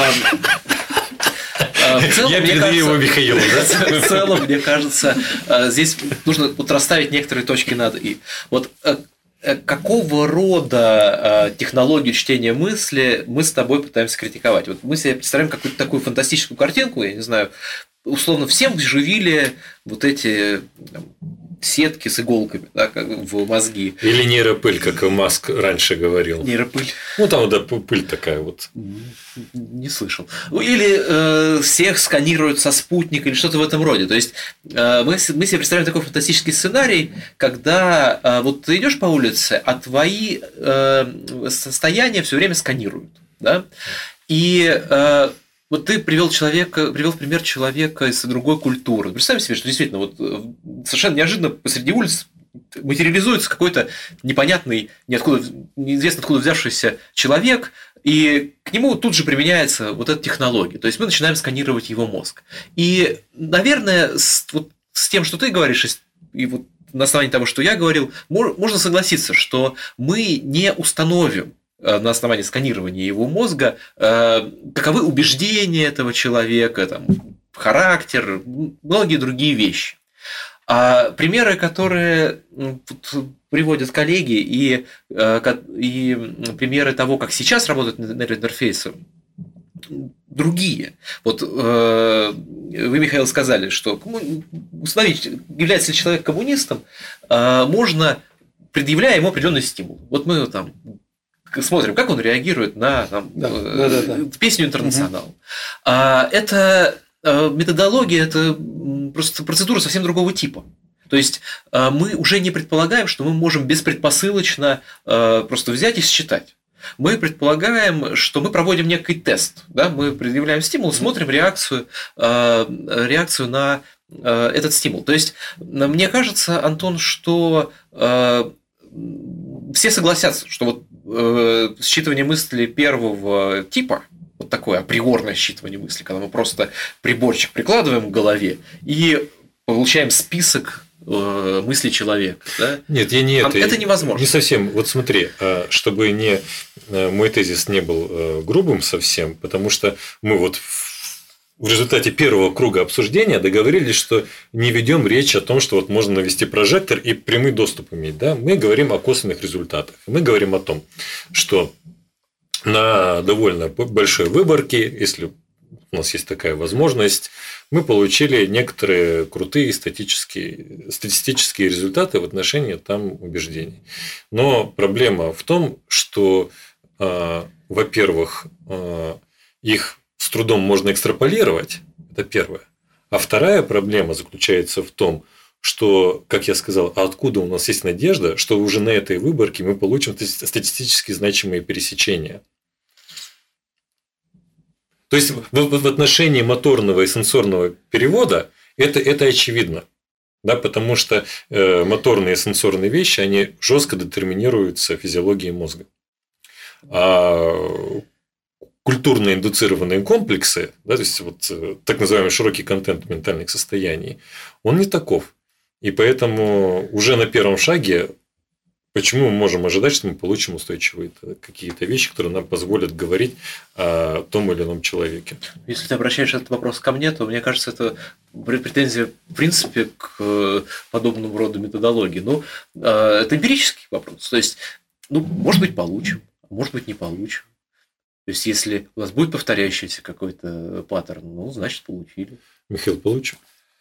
Я передаю его Михаилу. В целом, мне кажется, здесь нужно вот расставить некоторые точки над «и». Вот какого рода технологию чтения мысли мы с тобой пытаемся критиковать? Вот мы себе представляем какую-то такую фантастическую картинку, я не знаю, условно, всем вживили вот эти там, сетки с иголками, да, в мозги. Или нейропыль, как Маск раньше говорил. Нейропыль. Ну, там да, пыль такая вот. Не слышал. Или э, всех сканируют со спутника, или что-то в этом роде. То есть, э, мы, мы себе представляем такой фантастический сценарий, когда э, вот ты идешь по улице, а твои э, состояния все время сканируют. Да? И э, вот ты привел человека, привел в пример человека из другой культуры. Представь себе, что действительно вот совершенно неожиданно посреди улиц материализуется какой-то непонятный, ниоткуда, неизвестно откуда взявшийся человек, и к нему тут же применяется вот эта технология. То есть мы начинаем сканировать его мозг. И, наверное, с, вот, с тем, что ты говоришь, и вот на основании того, что я говорил, можно согласиться, что мы не установим на основании сканирования его мозга, каковы убеждения этого человека, там, характер, многие другие вещи. А примеры, которые приводят коллеги, и, и примеры того, как сейчас работают нейроинтерфейсы, другие. Вот вы, Михаил, сказали, что установить, является ли человек коммунистом, можно, предъявляя ему определенный стимул. Вот мы там смотрим, как он реагирует на там, да, э, да, да, да. песню «Интернационал». Угу. А, это э, методология, это просто процедура совсем другого типа. То есть э, мы уже не предполагаем, что мы можем беспредпосылочно э, просто взять и считать. Мы предполагаем, что мы проводим некий тест. Да? Мы предъявляем стимул, смотрим реакцию, э, реакцию на э, этот стимул. То есть мне кажется, Антон, что э, все согласятся, что вот э, считывание мыслей первого типа, вот такое априорное считывание мыслей, когда мы просто приборчик прикладываем к голове и получаем список э, мыслей человека. Да? Нет, я не это. Это невозможно. Не совсем. Вот смотри, чтобы не, мой тезис не был грубым совсем, потому что мы вот в результате первого круга обсуждения договорились, что не ведем речь о том, что вот можно навести прожектор и прямой доступ иметь. Да? Мы говорим о косвенных результатах. Мы говорим о том, что на довольно большой выборке, если у нас есть такая возможность, мы получили некоторые крутые статистические, статистические результаты в отношении там убеждений. Но проблема в том, что, э, во-первых, э, их с трудом можно экстраполировать, это первое. А вторая проблема заключается в том, что, как я сказал, а откуда у нас есть надежда, что уже на этой выборке мы получим статистически значимые пересечения. То есть в отношении моторного и сенсорного перевода это, это очевидно. Да, потому что э, моторные и сенсорные вещи, они жестко детерминируются физиологией мозга. А культурно индуцированные комплексы, да, то есть вот так называемый широкий контент ментальных состояний, он не таков. И поэтому уже на первом шаге почему мы можем ожидать, что мы получим устойчивые какие-то вещи, которые нам позволят говорить о том или ином человеке? Если ты обращаешь этот вопрос ко мне, то мне кажется, это претензия, в принципе, к подобному роду методологии. Ну, это эмпирический вопрос. То есть, ну, может быть, получим, может быть, не получим. То есть, если у вас будет повторяющийся какой-то паттерн, ну, значит, получили. Михаил, получим?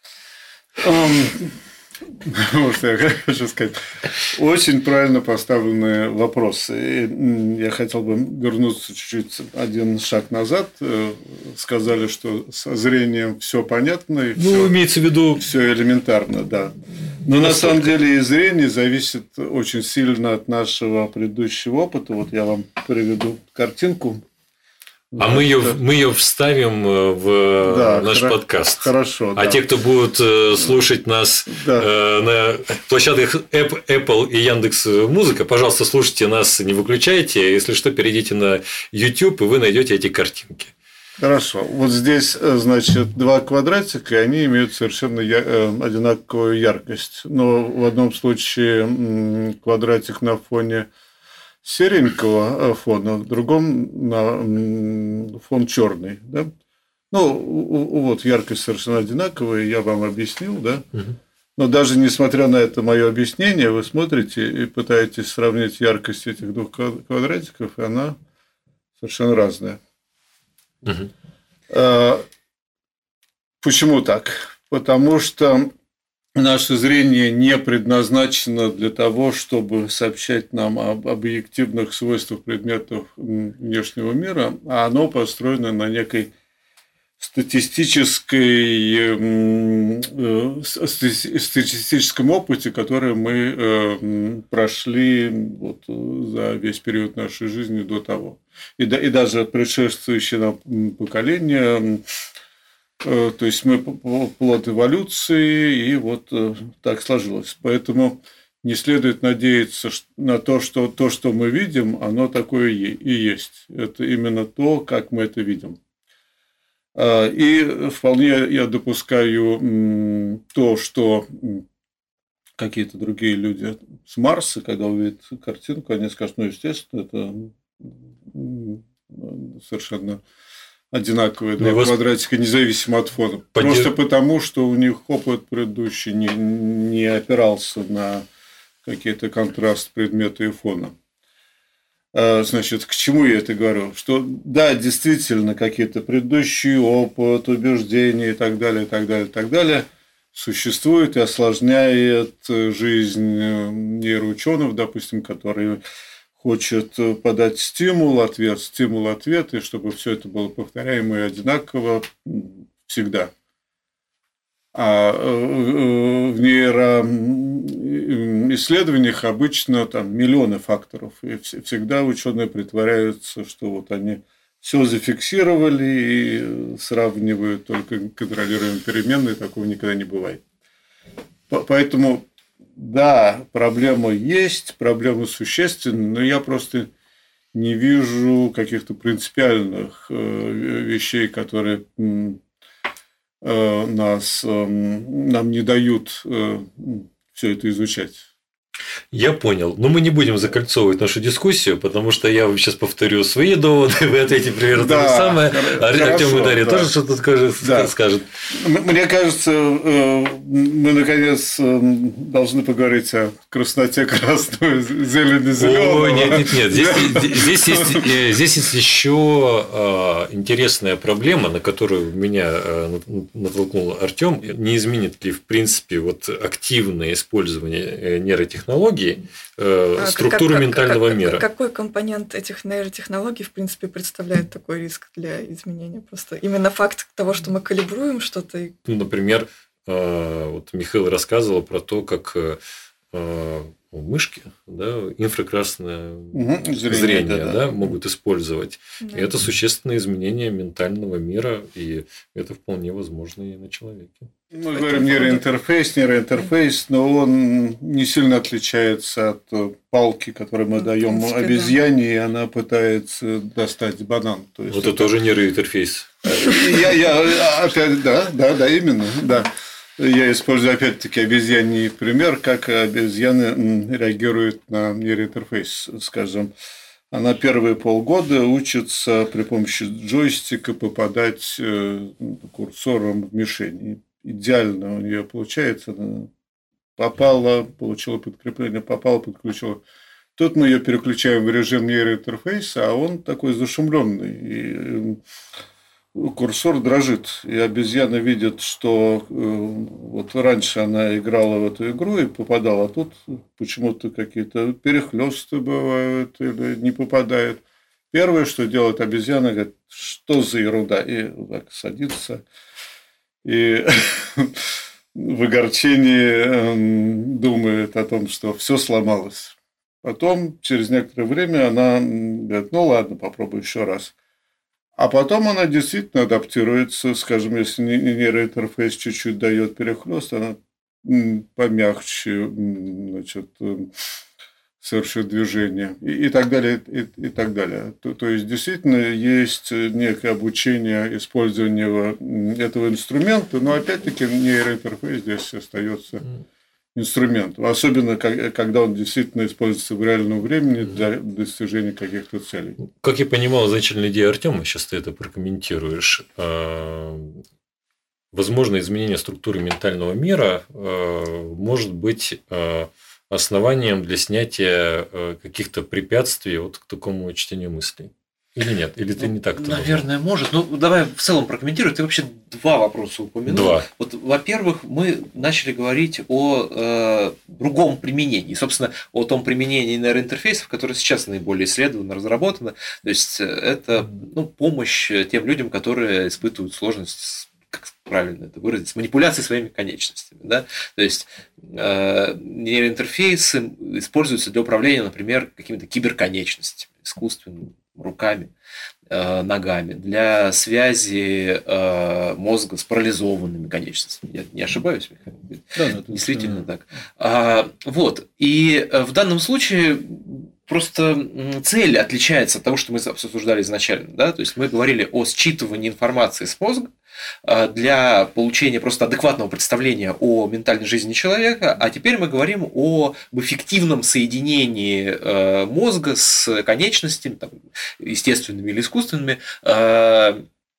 Что я хочу сказать. Очень правильно поставленный вопрос. И я хотел бы вернуться чуть-чуть один шаг назад. Сказали, что со зрением все понятно. И ну, всё, имеется в виду... Все элементарно, да. Но на самом деле и зрение зависит очень сильно от нашего предыдущего опыта. Вот я вам приведу картинку. А мы ее, мы ее вставим в да, наш хра- подкаст. Хорошо. А да. те, кто будут слушать нас да. на площадках Apple и Яндекс.Музыка, пожалуйста, слушайте нас, не выключайте. Если что, перейдите на YouTube, и вы найдете эти картинки. Хорошо. Вот здесь, значит, два квадратика, и они имеют совершенно я- одинаковую яркость. Но в одном случае квадратик на фоне серенького фона, в другом на фон черный, да? Ну, вот яркость совершенно одинаковая, я вам объяснил, да? Угу. Но даже несмотря на это мое объяснение, вы смотрите и пытаетесь сравнить яркость этих двух квадратиков, и она совершенно разная. Угу. А, почему так? Потому что наше зрение не предназначено для того, чтобы сообщать нам об объективных свойствах предметов внешнего мира, а оно построено на некой статистической, статистическом опыте, который мы прошли вот за весь период нашей жизни до того. И, и даже предшествующие нам поколения. То есть мы плод эволюции, и вот так сложилось. Поэтому не следует надеяться на то, что то, что мы видим, оно такое и есть. Это именно то, как мы это видим. И вполне я допускаю то, что какие-то другие люди с Марса, когда увидят картинку, они скажут, ну, естественно, это совершенно одинаковые два вас... квадратика, независимо от фона. Подер... Просто потому, что у них опыт предыдущий не, не опирался на какие-то контрасты предмета и фона. Значит, к чему я это говорю? Что да, действительно, какие-то предыдущие опыт, убеждения и так далее, и так далее, и так далее существуют и осложняет жизнь нейроученых, допустим, которые хочет подать стимул, ответ, стимул, ответ, и чтобы все это было повторяемо и одинаково всегда. А в нейроисследованиях обычно там миллионы факторов, и всегда ученые притворяются, что вот они все зафиксировали и сравнивают только контролируемые переменные, такого никогда не бывает. Поэтому да, проблема есть, проблема существенная, но я просто не вижу каких-то принципиальных вещей, которые нас, нам не дают все это изучать. Я понял. Но мы не будем закольцовывать нашу дискуссию, потому что я сейчас повторю свои доводы, вы ответите примерно да, то же самое. Артем и Дарья да. тоже что-то скажет, да. скажет. Мне кажется, мы наконец должны поговорить о красноте красного, зелени зеленого. О, нет, нет, нет. Здесь, здесь, есть, здесь есть еще интересная проблема, на которую меня натолкнул Артем. Не изменит ли, в принципе, вот активное использование нейротехнологий э, структуру как, ментального как, мира? Какой компонент этих нейротехнологий, в принципе, представляет такой риск для изменения? Просто именно факт того, что мы калибруем что-то. Ну, например, э, вот Михаил рассказывал про то, как мышки, да, инфракрасное угу, зрение, зрение да, да, да. могут использовать. Да. И это существенное изменение ментального мира, и это вполне возможно и на человеке. Мы говорим нейроинтерфейс, нейроинтерфейс, но он не сильно отличается от палки, которую мы даем принципе, обезьяне, да. И она пытается достать банан. То есть вот это тоже нейроинтерфейс. Я, я опять, да, да, да, именно, да. Я использую опять-таки обезьяний пример, как обезьяны реагируют на нейроинтерфейс, скажем. Она первые полгода учится при помощи джойстика попадать курсором в мишень. Идеально у нее получается. Она попала, получила подкрепление, попала, подключила. Тут мы ее переключаем в режим нейроинтерфейса, а он такой зашумленный. И курсор дрожит, и обезьяна видит, что вот раньше она играла в эту игру и попадала, а тут почему-то какие-то перехлесты бывают или не попадает. Первое, что делает обезьяна, говорит, что за ерунда, и так садится, и в огорчении думает о том, что все сломалось. Потом, через некоторое время, она говорит, ну ладно, попробую еще раз. А потом она действительно адаптируется, скажем, если нейроинтерфейс чуть-чуть дает перехлёст, она помягче, значит, совершит движение и, и так далее, и, и так далее. То, то есть, действительно, есть некое обучение использованию этого инструмента, но, опять-таки, нейроинтерфейс здесь остается инструментом, особенно когда он действительно используется в реальном времени для достижения каких-то целей. Как я понимал, изначальная идея Артема, сейчас ты это прокомментируешь, возможно, изменение структуры ментального мира может быть основанием для снятия каких-то препятствий вот к такому чтению мыслей. Или нет? Или ты ну, не так? Наверное, думал? Может. Ну, давай в целом прокомментируй. Ты вообще два вопроса упомянул. Два. Вот, во-первых, мы начали говорить о э, другом применении. Собственно, о том применении нейроинтерфейсов, которое сейчас наиболее исследовано, разработано. То есть, это ну, помощь тем людям, которые испытывают сложность с, как правильно это выразить, с манипуляцией своими конечностями. Да? То есть, э, нейроинтерфейсы используются для управления, например, какими-то киберконечностями, искусственными руками, э, ногами, для связи э, мозга с парализованными конечностями. Я не ошибаюсь, Михаил? Да, да, действительно да. так. А, вот. И в данном случае просто цель отличается от того, что мы обсуждали изначально. Да? То есть мы говорили о считывании информации с мозга для получения просто адекватного представления о ментальной жизни человека, а теперь мы говорим о эффективном соединении мозга с конечностями, там, естественными или искусственными, с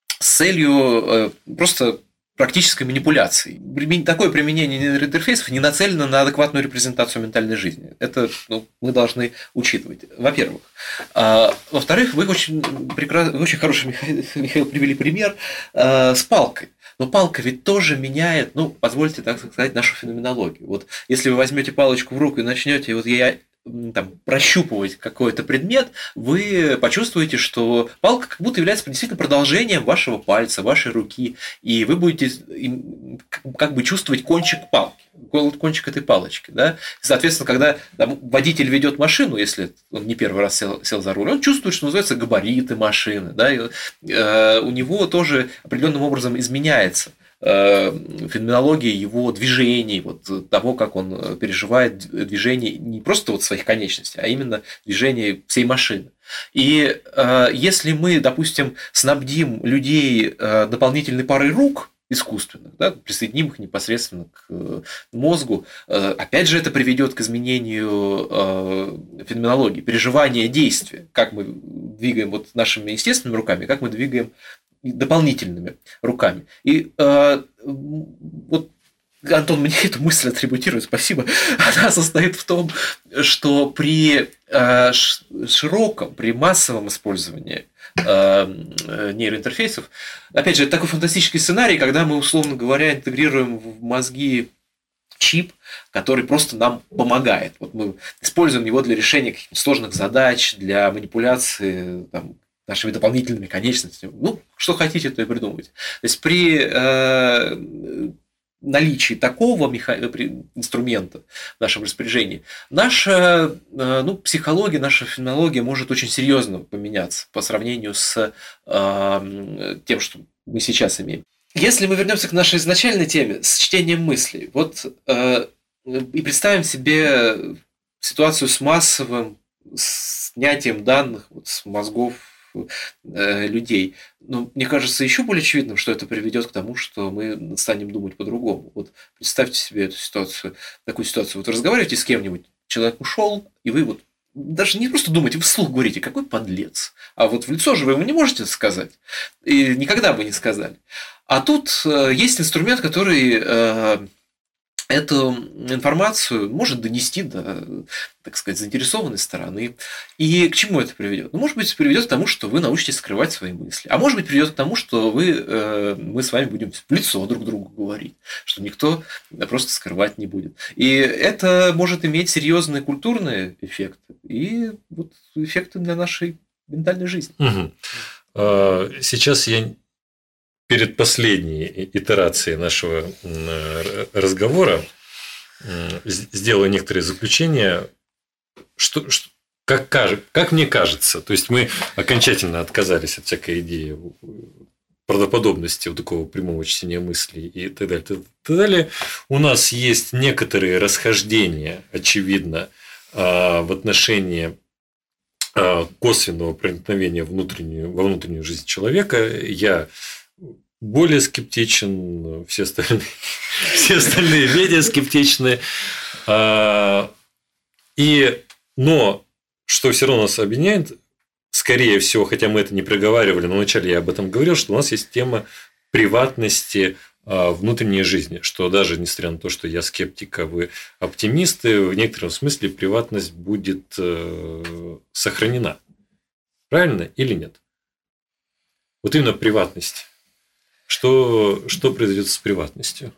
целью просто практической манипуляции. Такое применение нейроинтерфейсов не нацелено на адекватную репрезентацию ментальной жизни. Это ну, мы должны учитывать, во-первых. А, во-вторых, вы очень, прекрас... вы очень хороший, Михаил, Михаил, привели пример а, с палкой. Но палка ведь тоже меняет, ну, позвольте так сказать, нашу феноменологию. Вот если вы возьмете палочку в руку и начнете вот я там, прощупывать какой-то предмет, вы почувствуете, что палка как будто является действительно продолжением вашего пальца, вашей руки, и вы будете как бы чувствовать кончик палки, кончик этой палочки. Да? Соответственно, когда там, водитель ведет машину, если он не первый раз сел, сел за руль, он чувствует, что называется габариты машины. Да? И, э, у него тоже определенным образом изменяется феноменология его движений, вот, того, как он переживает движение не просто вот своих конечностей, а именно движение всей машины. И э, если мы, допустим, снабдим людей э, дополнительной парой рук искусственных, да, присоединим их непосредственно к э, мозгу, э, опять же это приведет к изменению э, феноменологии, переживания действия, как мы двигаем вот нашими естественными руками, как мы двигаем дополнительными руками. И э, вот Антон мне эту мысль атрибутирует, спасибо. Она состоит в том, что при э, широком, при массовом использовании э, нейроинтерфейсов, опять же, это такой фантастический сценарий, когда мы, условно говоря, интегрируем в мозги чип, который просто нам помогает. Вот мы используем его для решения каких-то сложных задач, для манипуляции там, нашими дополнительными конечностями. Ну, что хотите, то и придумывайте. То есть при э, наличии такого меха... инструмента в нашем распоряжении, наша ну, психология, наша феноменология может очень серьезно поменяться по сравнению с э, тем, что мы сейчас имеем. Если мы вернемся к нашей изначальной теме с чтением мыслей, вот э, и представим себе ситуацию с массовым снятием данных вот, с мозгов э, людей. Но мне кажется еще более очевидным, что это приведет к тому, что мы станем думать по-другому. Вот представьте себе эту ситуацию, такую ситуацию. Вот вы разговариваете с кем-нибудь, человек ушел, и вы вот даже не просто думаете, вы вслух говорите, какой подлец. А вот в лицо же вы ему не можете сказать. И никогда бы не сказали. А тут э, есть инструмент, который э, эту информацию может донести до, так сказать, заинтересованной стороны. И к чему это приведет? Ну, может быть, приведет к тому, что вы научитесь скрывать свои мысли. А может быть, приведет к тому, что вы, э, мы с вами будем в лицо друг другу говорить, что никто просто скрывать не будет. И это может иметь серьезные культурные эффекты и вот эффекты для нашей ментальной жизни. Угу. Сейчас я перед последней итерацией нашего разговора сделаю некоторые заключения, что, что, как, как мне кажется, то есть мы окончательно отказались от всякой идеи правдоподобности у такого прямого чтения мыслей и так далее, так далее. У нас есть некоторые расхождения, очевидно, в отношении косвенного проникновения внутреннюю, во внутреннюю жизнь человека. Я более скептичен, все остальные, все остальные менее скептичны. И, но что все равно нас объединяет, скорее всего, хотя мы это не проговаривали, но вначале я об этом говорил, что у нас есть тема приватности внутренней жизни, что даже несмотря на то, что я скептик, а вы оптимисты, в некотором смысле приватность будет сохранена. Правильно или нет? Вот именно приватность. Что, что произойдет с приватностью?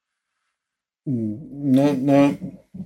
Но, но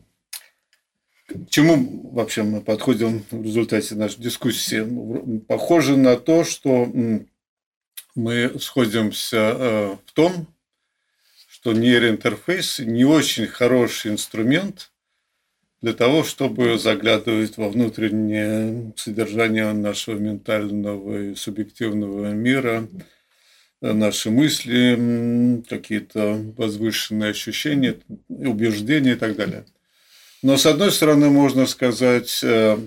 к чему вообще мы подходим в результате нашей дискуссии? Похоже на то, что мы сходимся в том, что нейроинтерфейс не очень хороший инструмент для того, чтобы заглядывать во внутреннее содержание нашего ментального и субъективного мира, наши мысли, какие-то возвышенные ощущения, убеждения и так далее. Но, с одной стороны, можно сказать,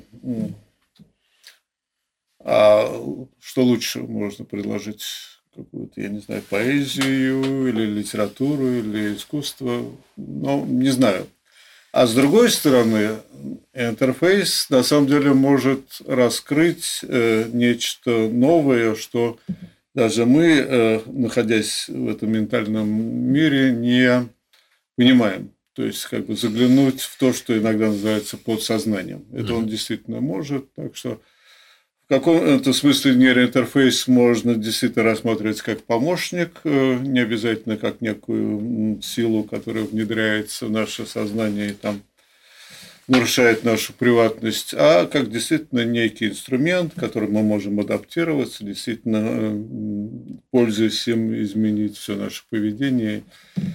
а что лучше можно предложить? Какую-то, я не знаю, поэзию или литературу, или искусство, ну, не знаю. А с другой стороны, интерфейс на самом деле может раскрыть э, нечто новое, что даже мы, э, находясь в этом ментальном мире, не понимаем. То есть, как бы заглянуть в то, что иногда называется подсознанием. Это mm-hmm. он действительно может, так что в каком-то смысле нейроинтерфейс можно действительно рассматривать как помощник, не обязательно как некую силу, которая внедряется в наше сознание и там нарушает нашу приватность, а как действительно некий инструмент, которым мы можем адаптироваться, действительно, пользуясь им, изменить все наше поведение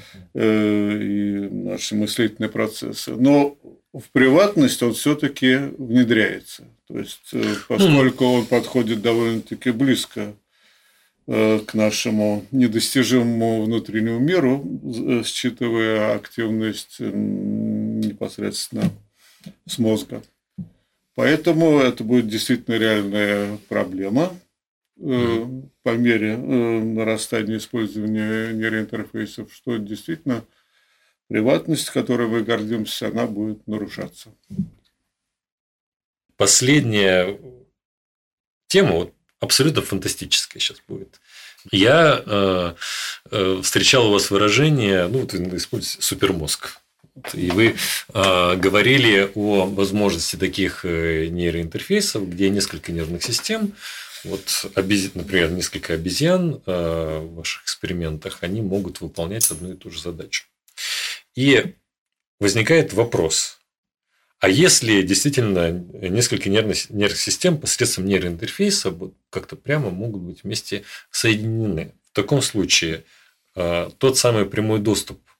и наши мыслительные процессы. Но в приватность он все-таки внедряется. То есть, поскольку он подходит довольно-таки близко к нашему недостижимому внутреннему миру, считывая активность непосредственно с мозга. Поэтому это будет действительно реальная проблема mm. по мере нарастания использования нейроинтерфейсов, что действительно приватность, которой мы гордимся, она будет нарушаться. Последняя тема, вот, абсолютно фантастическая сейчас будет. Я э, э, встречал у вас выражение, ну, вот вы используете супермозг. И вы э, говорили о возможности таких нейроинтерфейсов, где несколько нервных систем, вот, обез... например, несколько обезьян э, в ваших экспериментах, они могут выполнять одну и ту же задачу. И возникает вопрос. А если действительно несколько нервных, нервных систем посредством нейроинтерфейса как-то прямо могут быть вместе соединены? В таком случае тот самый прямой доступ,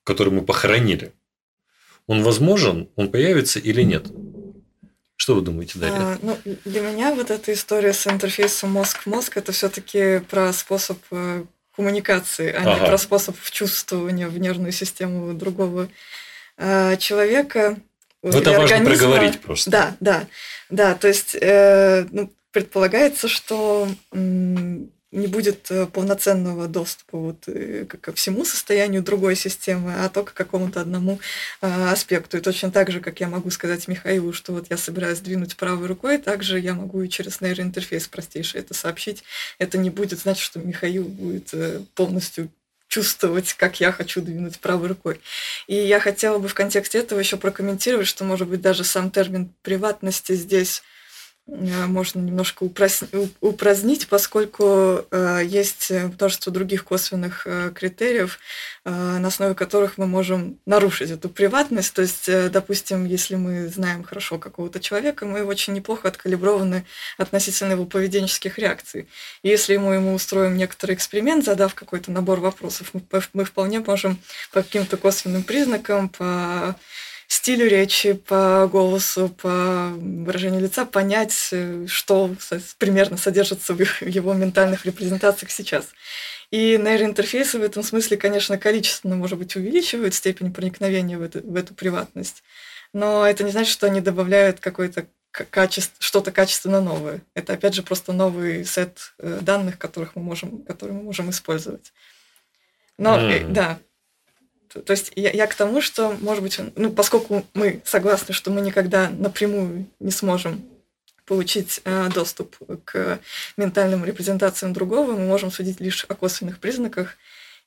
который мы похоронили, он возможен, он появится или нет? Что вы думаете, Дарья? А, ну, для меня вот эта история с интерфейсом мозг-мозг – это все-таки про способ коммуникации, а ага. не про способ вчувствования в нервную систему другого человека. Ну, это важно проговорить просто. Да, да, да. То есть э, ну, предполагается, что м, не будет полноценного доступа вот ко всему состоянию другой системы, а только к какому-то одному э, аспекту. И точно так же, как я могу сказать Михаилу, что вот я собираюсь двинуть правой рукой, также я могу и через нейроинтерфейс простейший это сообщить. Это не будет значить, что Михаил будет э, полностью чувствовать, как я хочу двинуть правой рукой. И я хотела бы в контексте этого еще прокомментировать, что, может быть, даже сам термин приватности здесь можно немножко упразднить, поскольку есть множество других косвенных критериев, на основе которых мы можем нарушить эту приватность. То есть, допустим, если мы знаем хорошо какого-то человека, мы очень неплохо откалиброваны относительно его поведенческих реакций. И если мы ему устроим некоторый эксперимент, задав какой-то набор вопросов, мы вполне можем по каким-то косвенным признакам, по стилю речи, по голосу, по выражению лица понять, что примерно содержится в его ментальных репрезентациях сейчас. И нейроинтерфейсы в этом смысле, конечно, количественно, может быть, увеличивают степень проникновения в эту, в эту приватность, но это не значит, что они добавляют какое-то качество, что-то качественно новое. Это, опять же, просто новый сет данных, которых мы можем, которые мы можем использовать. Но, mm. да, то есть я, я к тому, что, может быть, ну, поскольку мы согласны, что мы никогда напрямую не сможем получить э, доступ к ментальным репрезентациям другого, мы можем судить лишь о косвенных признаках.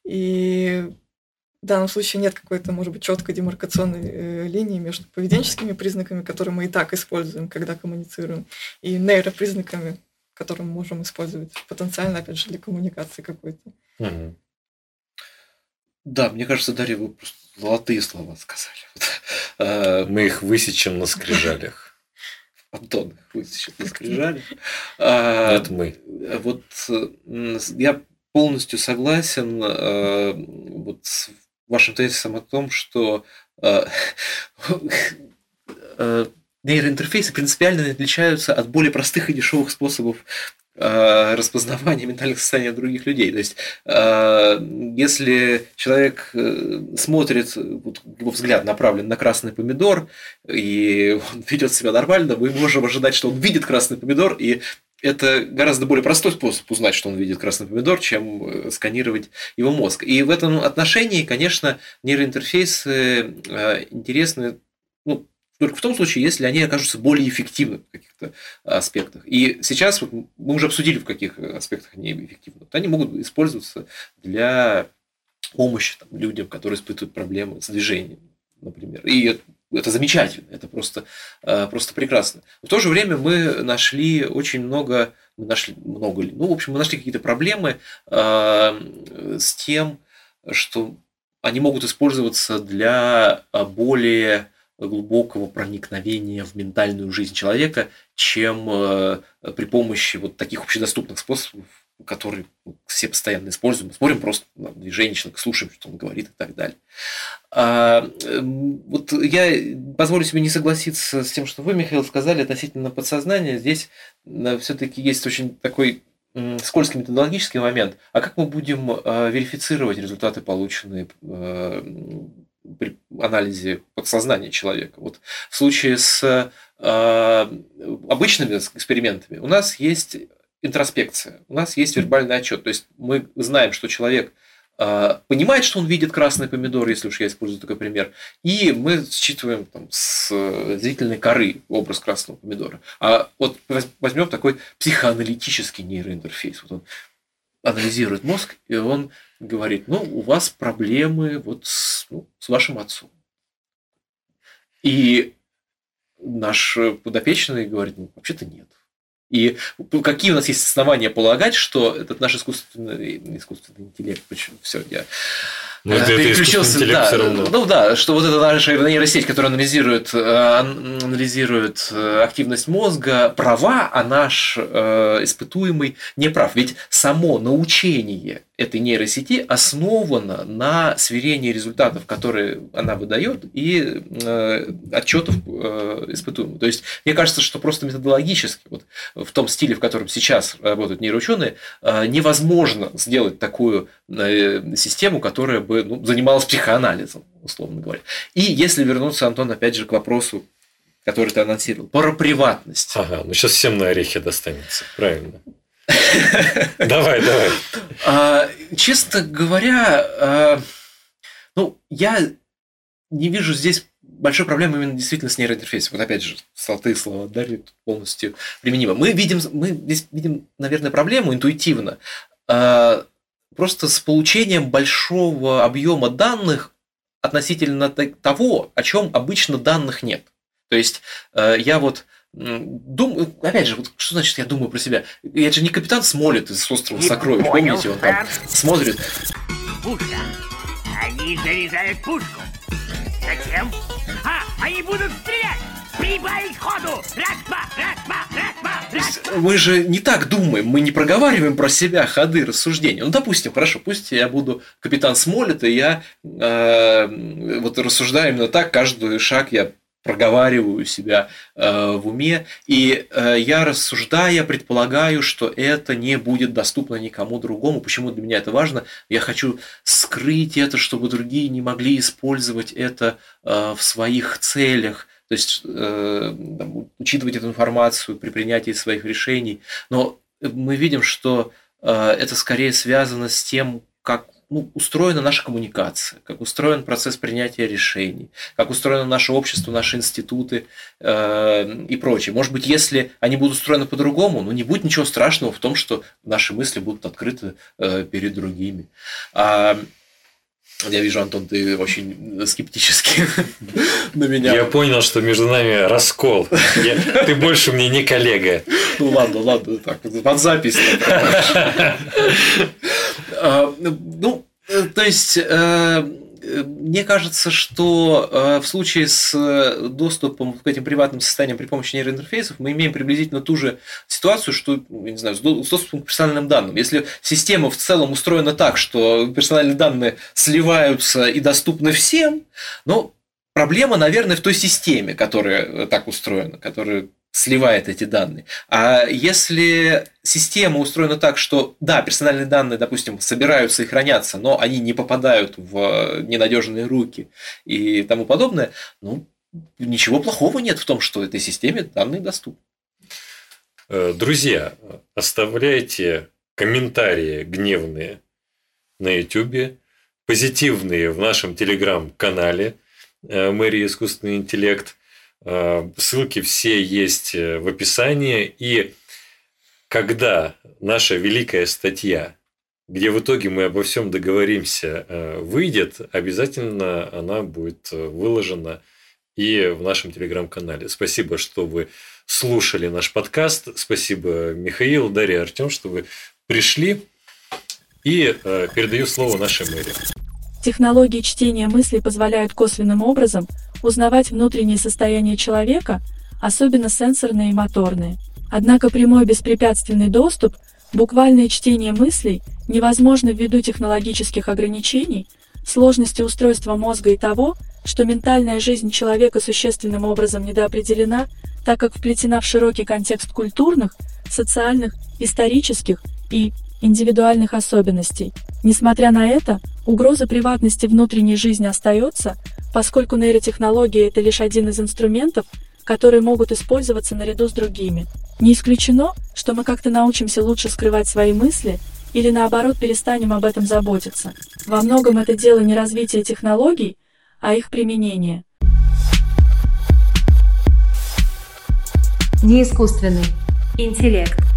И в данном случае нет какой-то, может быть, четкой демаркационной э, линии между поведенческими признаками, которые мы и так используем, когда коммуницируем, и нейропризнаками, которые мы можем использовать потенциально, опять же, для коммуникации какой-то. Mm-hmm. Да, мне кажется, Дарья, вы просто золотые слова сказали. Мы их высечем на скрижалях. Антон их высечет на скрижалях. Это мы. Вот я полностью согласен вот с вашим тезисом о том, что нейроинтерфейсы принципиально отличаются от более простых и дешевых способов распознавания ментальных состояний других людей. То есть, если человек смотрит, вот его взгляд направлен на красный помидор, и он ведет себя нормально, мы можем ожидать, что он видит красный помидор, и это гораздо более простой способ узнать, что он видит красный помидор, чем сканировать его мозг. И в этом отношении, конечно, нейроинтерфейсы интересны, ну, только в том случае, если они окажутся более эффективны в каких-то аспектах. И сейчас вот мы уже обсудили, в каких аспектах они эффективны. Вот они могут использоваться для помощи там, людям, которые испытывают проблемы с движением, например. И это замечательно, это просто, просто прекрасно. В то же время мы нашли очень много, мы нашли много ли, ну, в общем, мы нашли какие-то проблемы с тем, что они могут использоваться для более глубокого проникновения в ментальную жизнь человека, чем э, при помощи вот таких общедоступных способов, которые все постоянно используем. Мы смотрим просто на движение человека, слушаем, что он говорит и так далее. А, э, вот я позволю себе не согласиться с тем, что вы, Михаил, сказали относительно подсознания. Здесь э, все-таки есть очень такой э, скользкий методологический момент. А как мы будем э, верифицировать результаты, полученные э, при анализе подсознания человека? Вот в случае с э, обычными экспериментами у нас есть интроспекция, у нас есть вербальный отчет. То есть мы знаем, что человек э, понимает, что он видит красный помидор, если уж я использую такой пример, и мы считываем там, с зрительной коры образ красного помидора. А вот возьмем такой психоаналитический нейроинтерфейс. Вот он анализирует мозг, и он говорит, ну, у вас проблемы вот с, ну, с вашим отцом. И наш подопечный говорит, ну, вообще-то нет. И какие у нас есть основания полагать, что этот наш искусственный, искусственный интеллект, почему все, я ну, это переключился, да, все равно. Ну да, что вот эта наша нейросеть, которая анализирует, анализирует активность мозга, права, а наш испытуемый не прав. Ведь само научение этой нейросети основано на сверении результатов, которые она выдает, и э, отчетов э, испытуемых. То есть, мне кажется, что просто методологически, вот, в том стиле, в котором сейчас работают нейроученые, э, невозможно сделать такую э, систему, которая бы ну, занималась психоанализом, условно говоря. И если вернуться, Антон, опять же, к вопросу, который ты анонсировал, про приватность. Ага, ну сейчас всем на орехи достанется, правильно. Давай, давай. Честно говоря, ну, я не вижу здесь большой проблемы именно действительно с нейроинтерфейсом. Вот опять же, золотые слова Дарьи полностью применимо. Мы видим, мы здесь видим, наверное, проблему интуитивно. Просто с получением большого объема данных относительно того, о чем обычно данных нет. То есть я вот думаю, опять же, вот что значит я думаю про себя? Я же не капитан Смолет из «Острова сокровищ», помните, он там смотрит. Пушка. Они заряжают пушку. Зачем? А, они будут стрелять! Прибавить ходу! Раз-два, раз-два, раз-два, раз-два. Мы же не так думаем, мы не проговариваем про себя ходы рассуждения. Ну, допустим, хорошо, пусть я буду капитан Смолет, и я э, вот рассуждаю именно так, каждый шаг я проговариваю себя э, в уме, и э, я, рассуждая, предполагаю, что это не будет доступно никому другому. Почему для меня это важно? Я хочу скрыть это, чтобы другие не могли использовать это э, в своих целях, то есть э, там, учитывать эту информацию при принятии своих решений. Но мы видим, что э, это скорее связано с тем, как ну, устроена наша коммуникация, как устроен процесс принятия решений, как устроено наше общество, наши институты э, и прочее. Может быть, если они будут устроены по-другому, ну, не будет ничего страшного в том, что наши мысли будут открыты э, перед другими. А, я вижу, Антон, ты очень скептически на меня. Я понял, что между нами раскол. Я, ты больше мне не коллега. Ну ладно, ладно, так, под запись. Ну, то есть, мне кажется, что в случае с доступом к этим приватным состояниям при помощи нейроинтерфейсов мы имеем приблизительно ту же ситуацию, что, я не знаю, с доступом к персональным данным. Если система в целом устроена так, что персональные данные сливаются и доступны всем, но проблема, наверное, в той системе, которая так устроена, которая сливает эти данные. А если система устроена так, что, да, персональные данные, допустим, собираются и хранятся, но они не попадают в ненадежные руки и тому подобное, ну, ничего плохого нет в том, что этой системе данные доступны. Друзья, оставляйте комментарии гневные на YouTube, позитивные в нашем телеграм-канале «Мэрия искусственный интеллект». Ссылки все есть в описании. И когда наша великая статья, где в итоге мы обо всем договоримся, выйдет, обязательно она будет выложена и в нашем телеграм-канале. Спасибо, что вы слушали наш подкаст. Спасибо, Михаил, Дарья, Артем, что вы пришли. И передаю слово нашей Мэри. Технологии чтения мыслей позволяют косвенным образом узнавать внутреннее состояние человека, особенно сенсорные и моторные. Однако прямой беспрепятственный доступ, буквальное чтение мыслей невозможно ввиду технологических ограничений, сложности устройства мозга и того, что ментальная жизнь человека существенным образом недоопределена, так как вплетена в широкий контекст культурных, социальных, исторических и индивидуальных особенностей. Несмотря на это, угроза приватности внутренней жизни остается, поскольку нейротехнологии – это лишь один из инструментов, которые могут использоваться наряду с другими. Не исключено, что мы как-то научимся лучше скрывать свои мысли или наоборот перестанем об этом заботиться. Во многом это дело не развития технологий, а их применения. Неискусственный интеллект.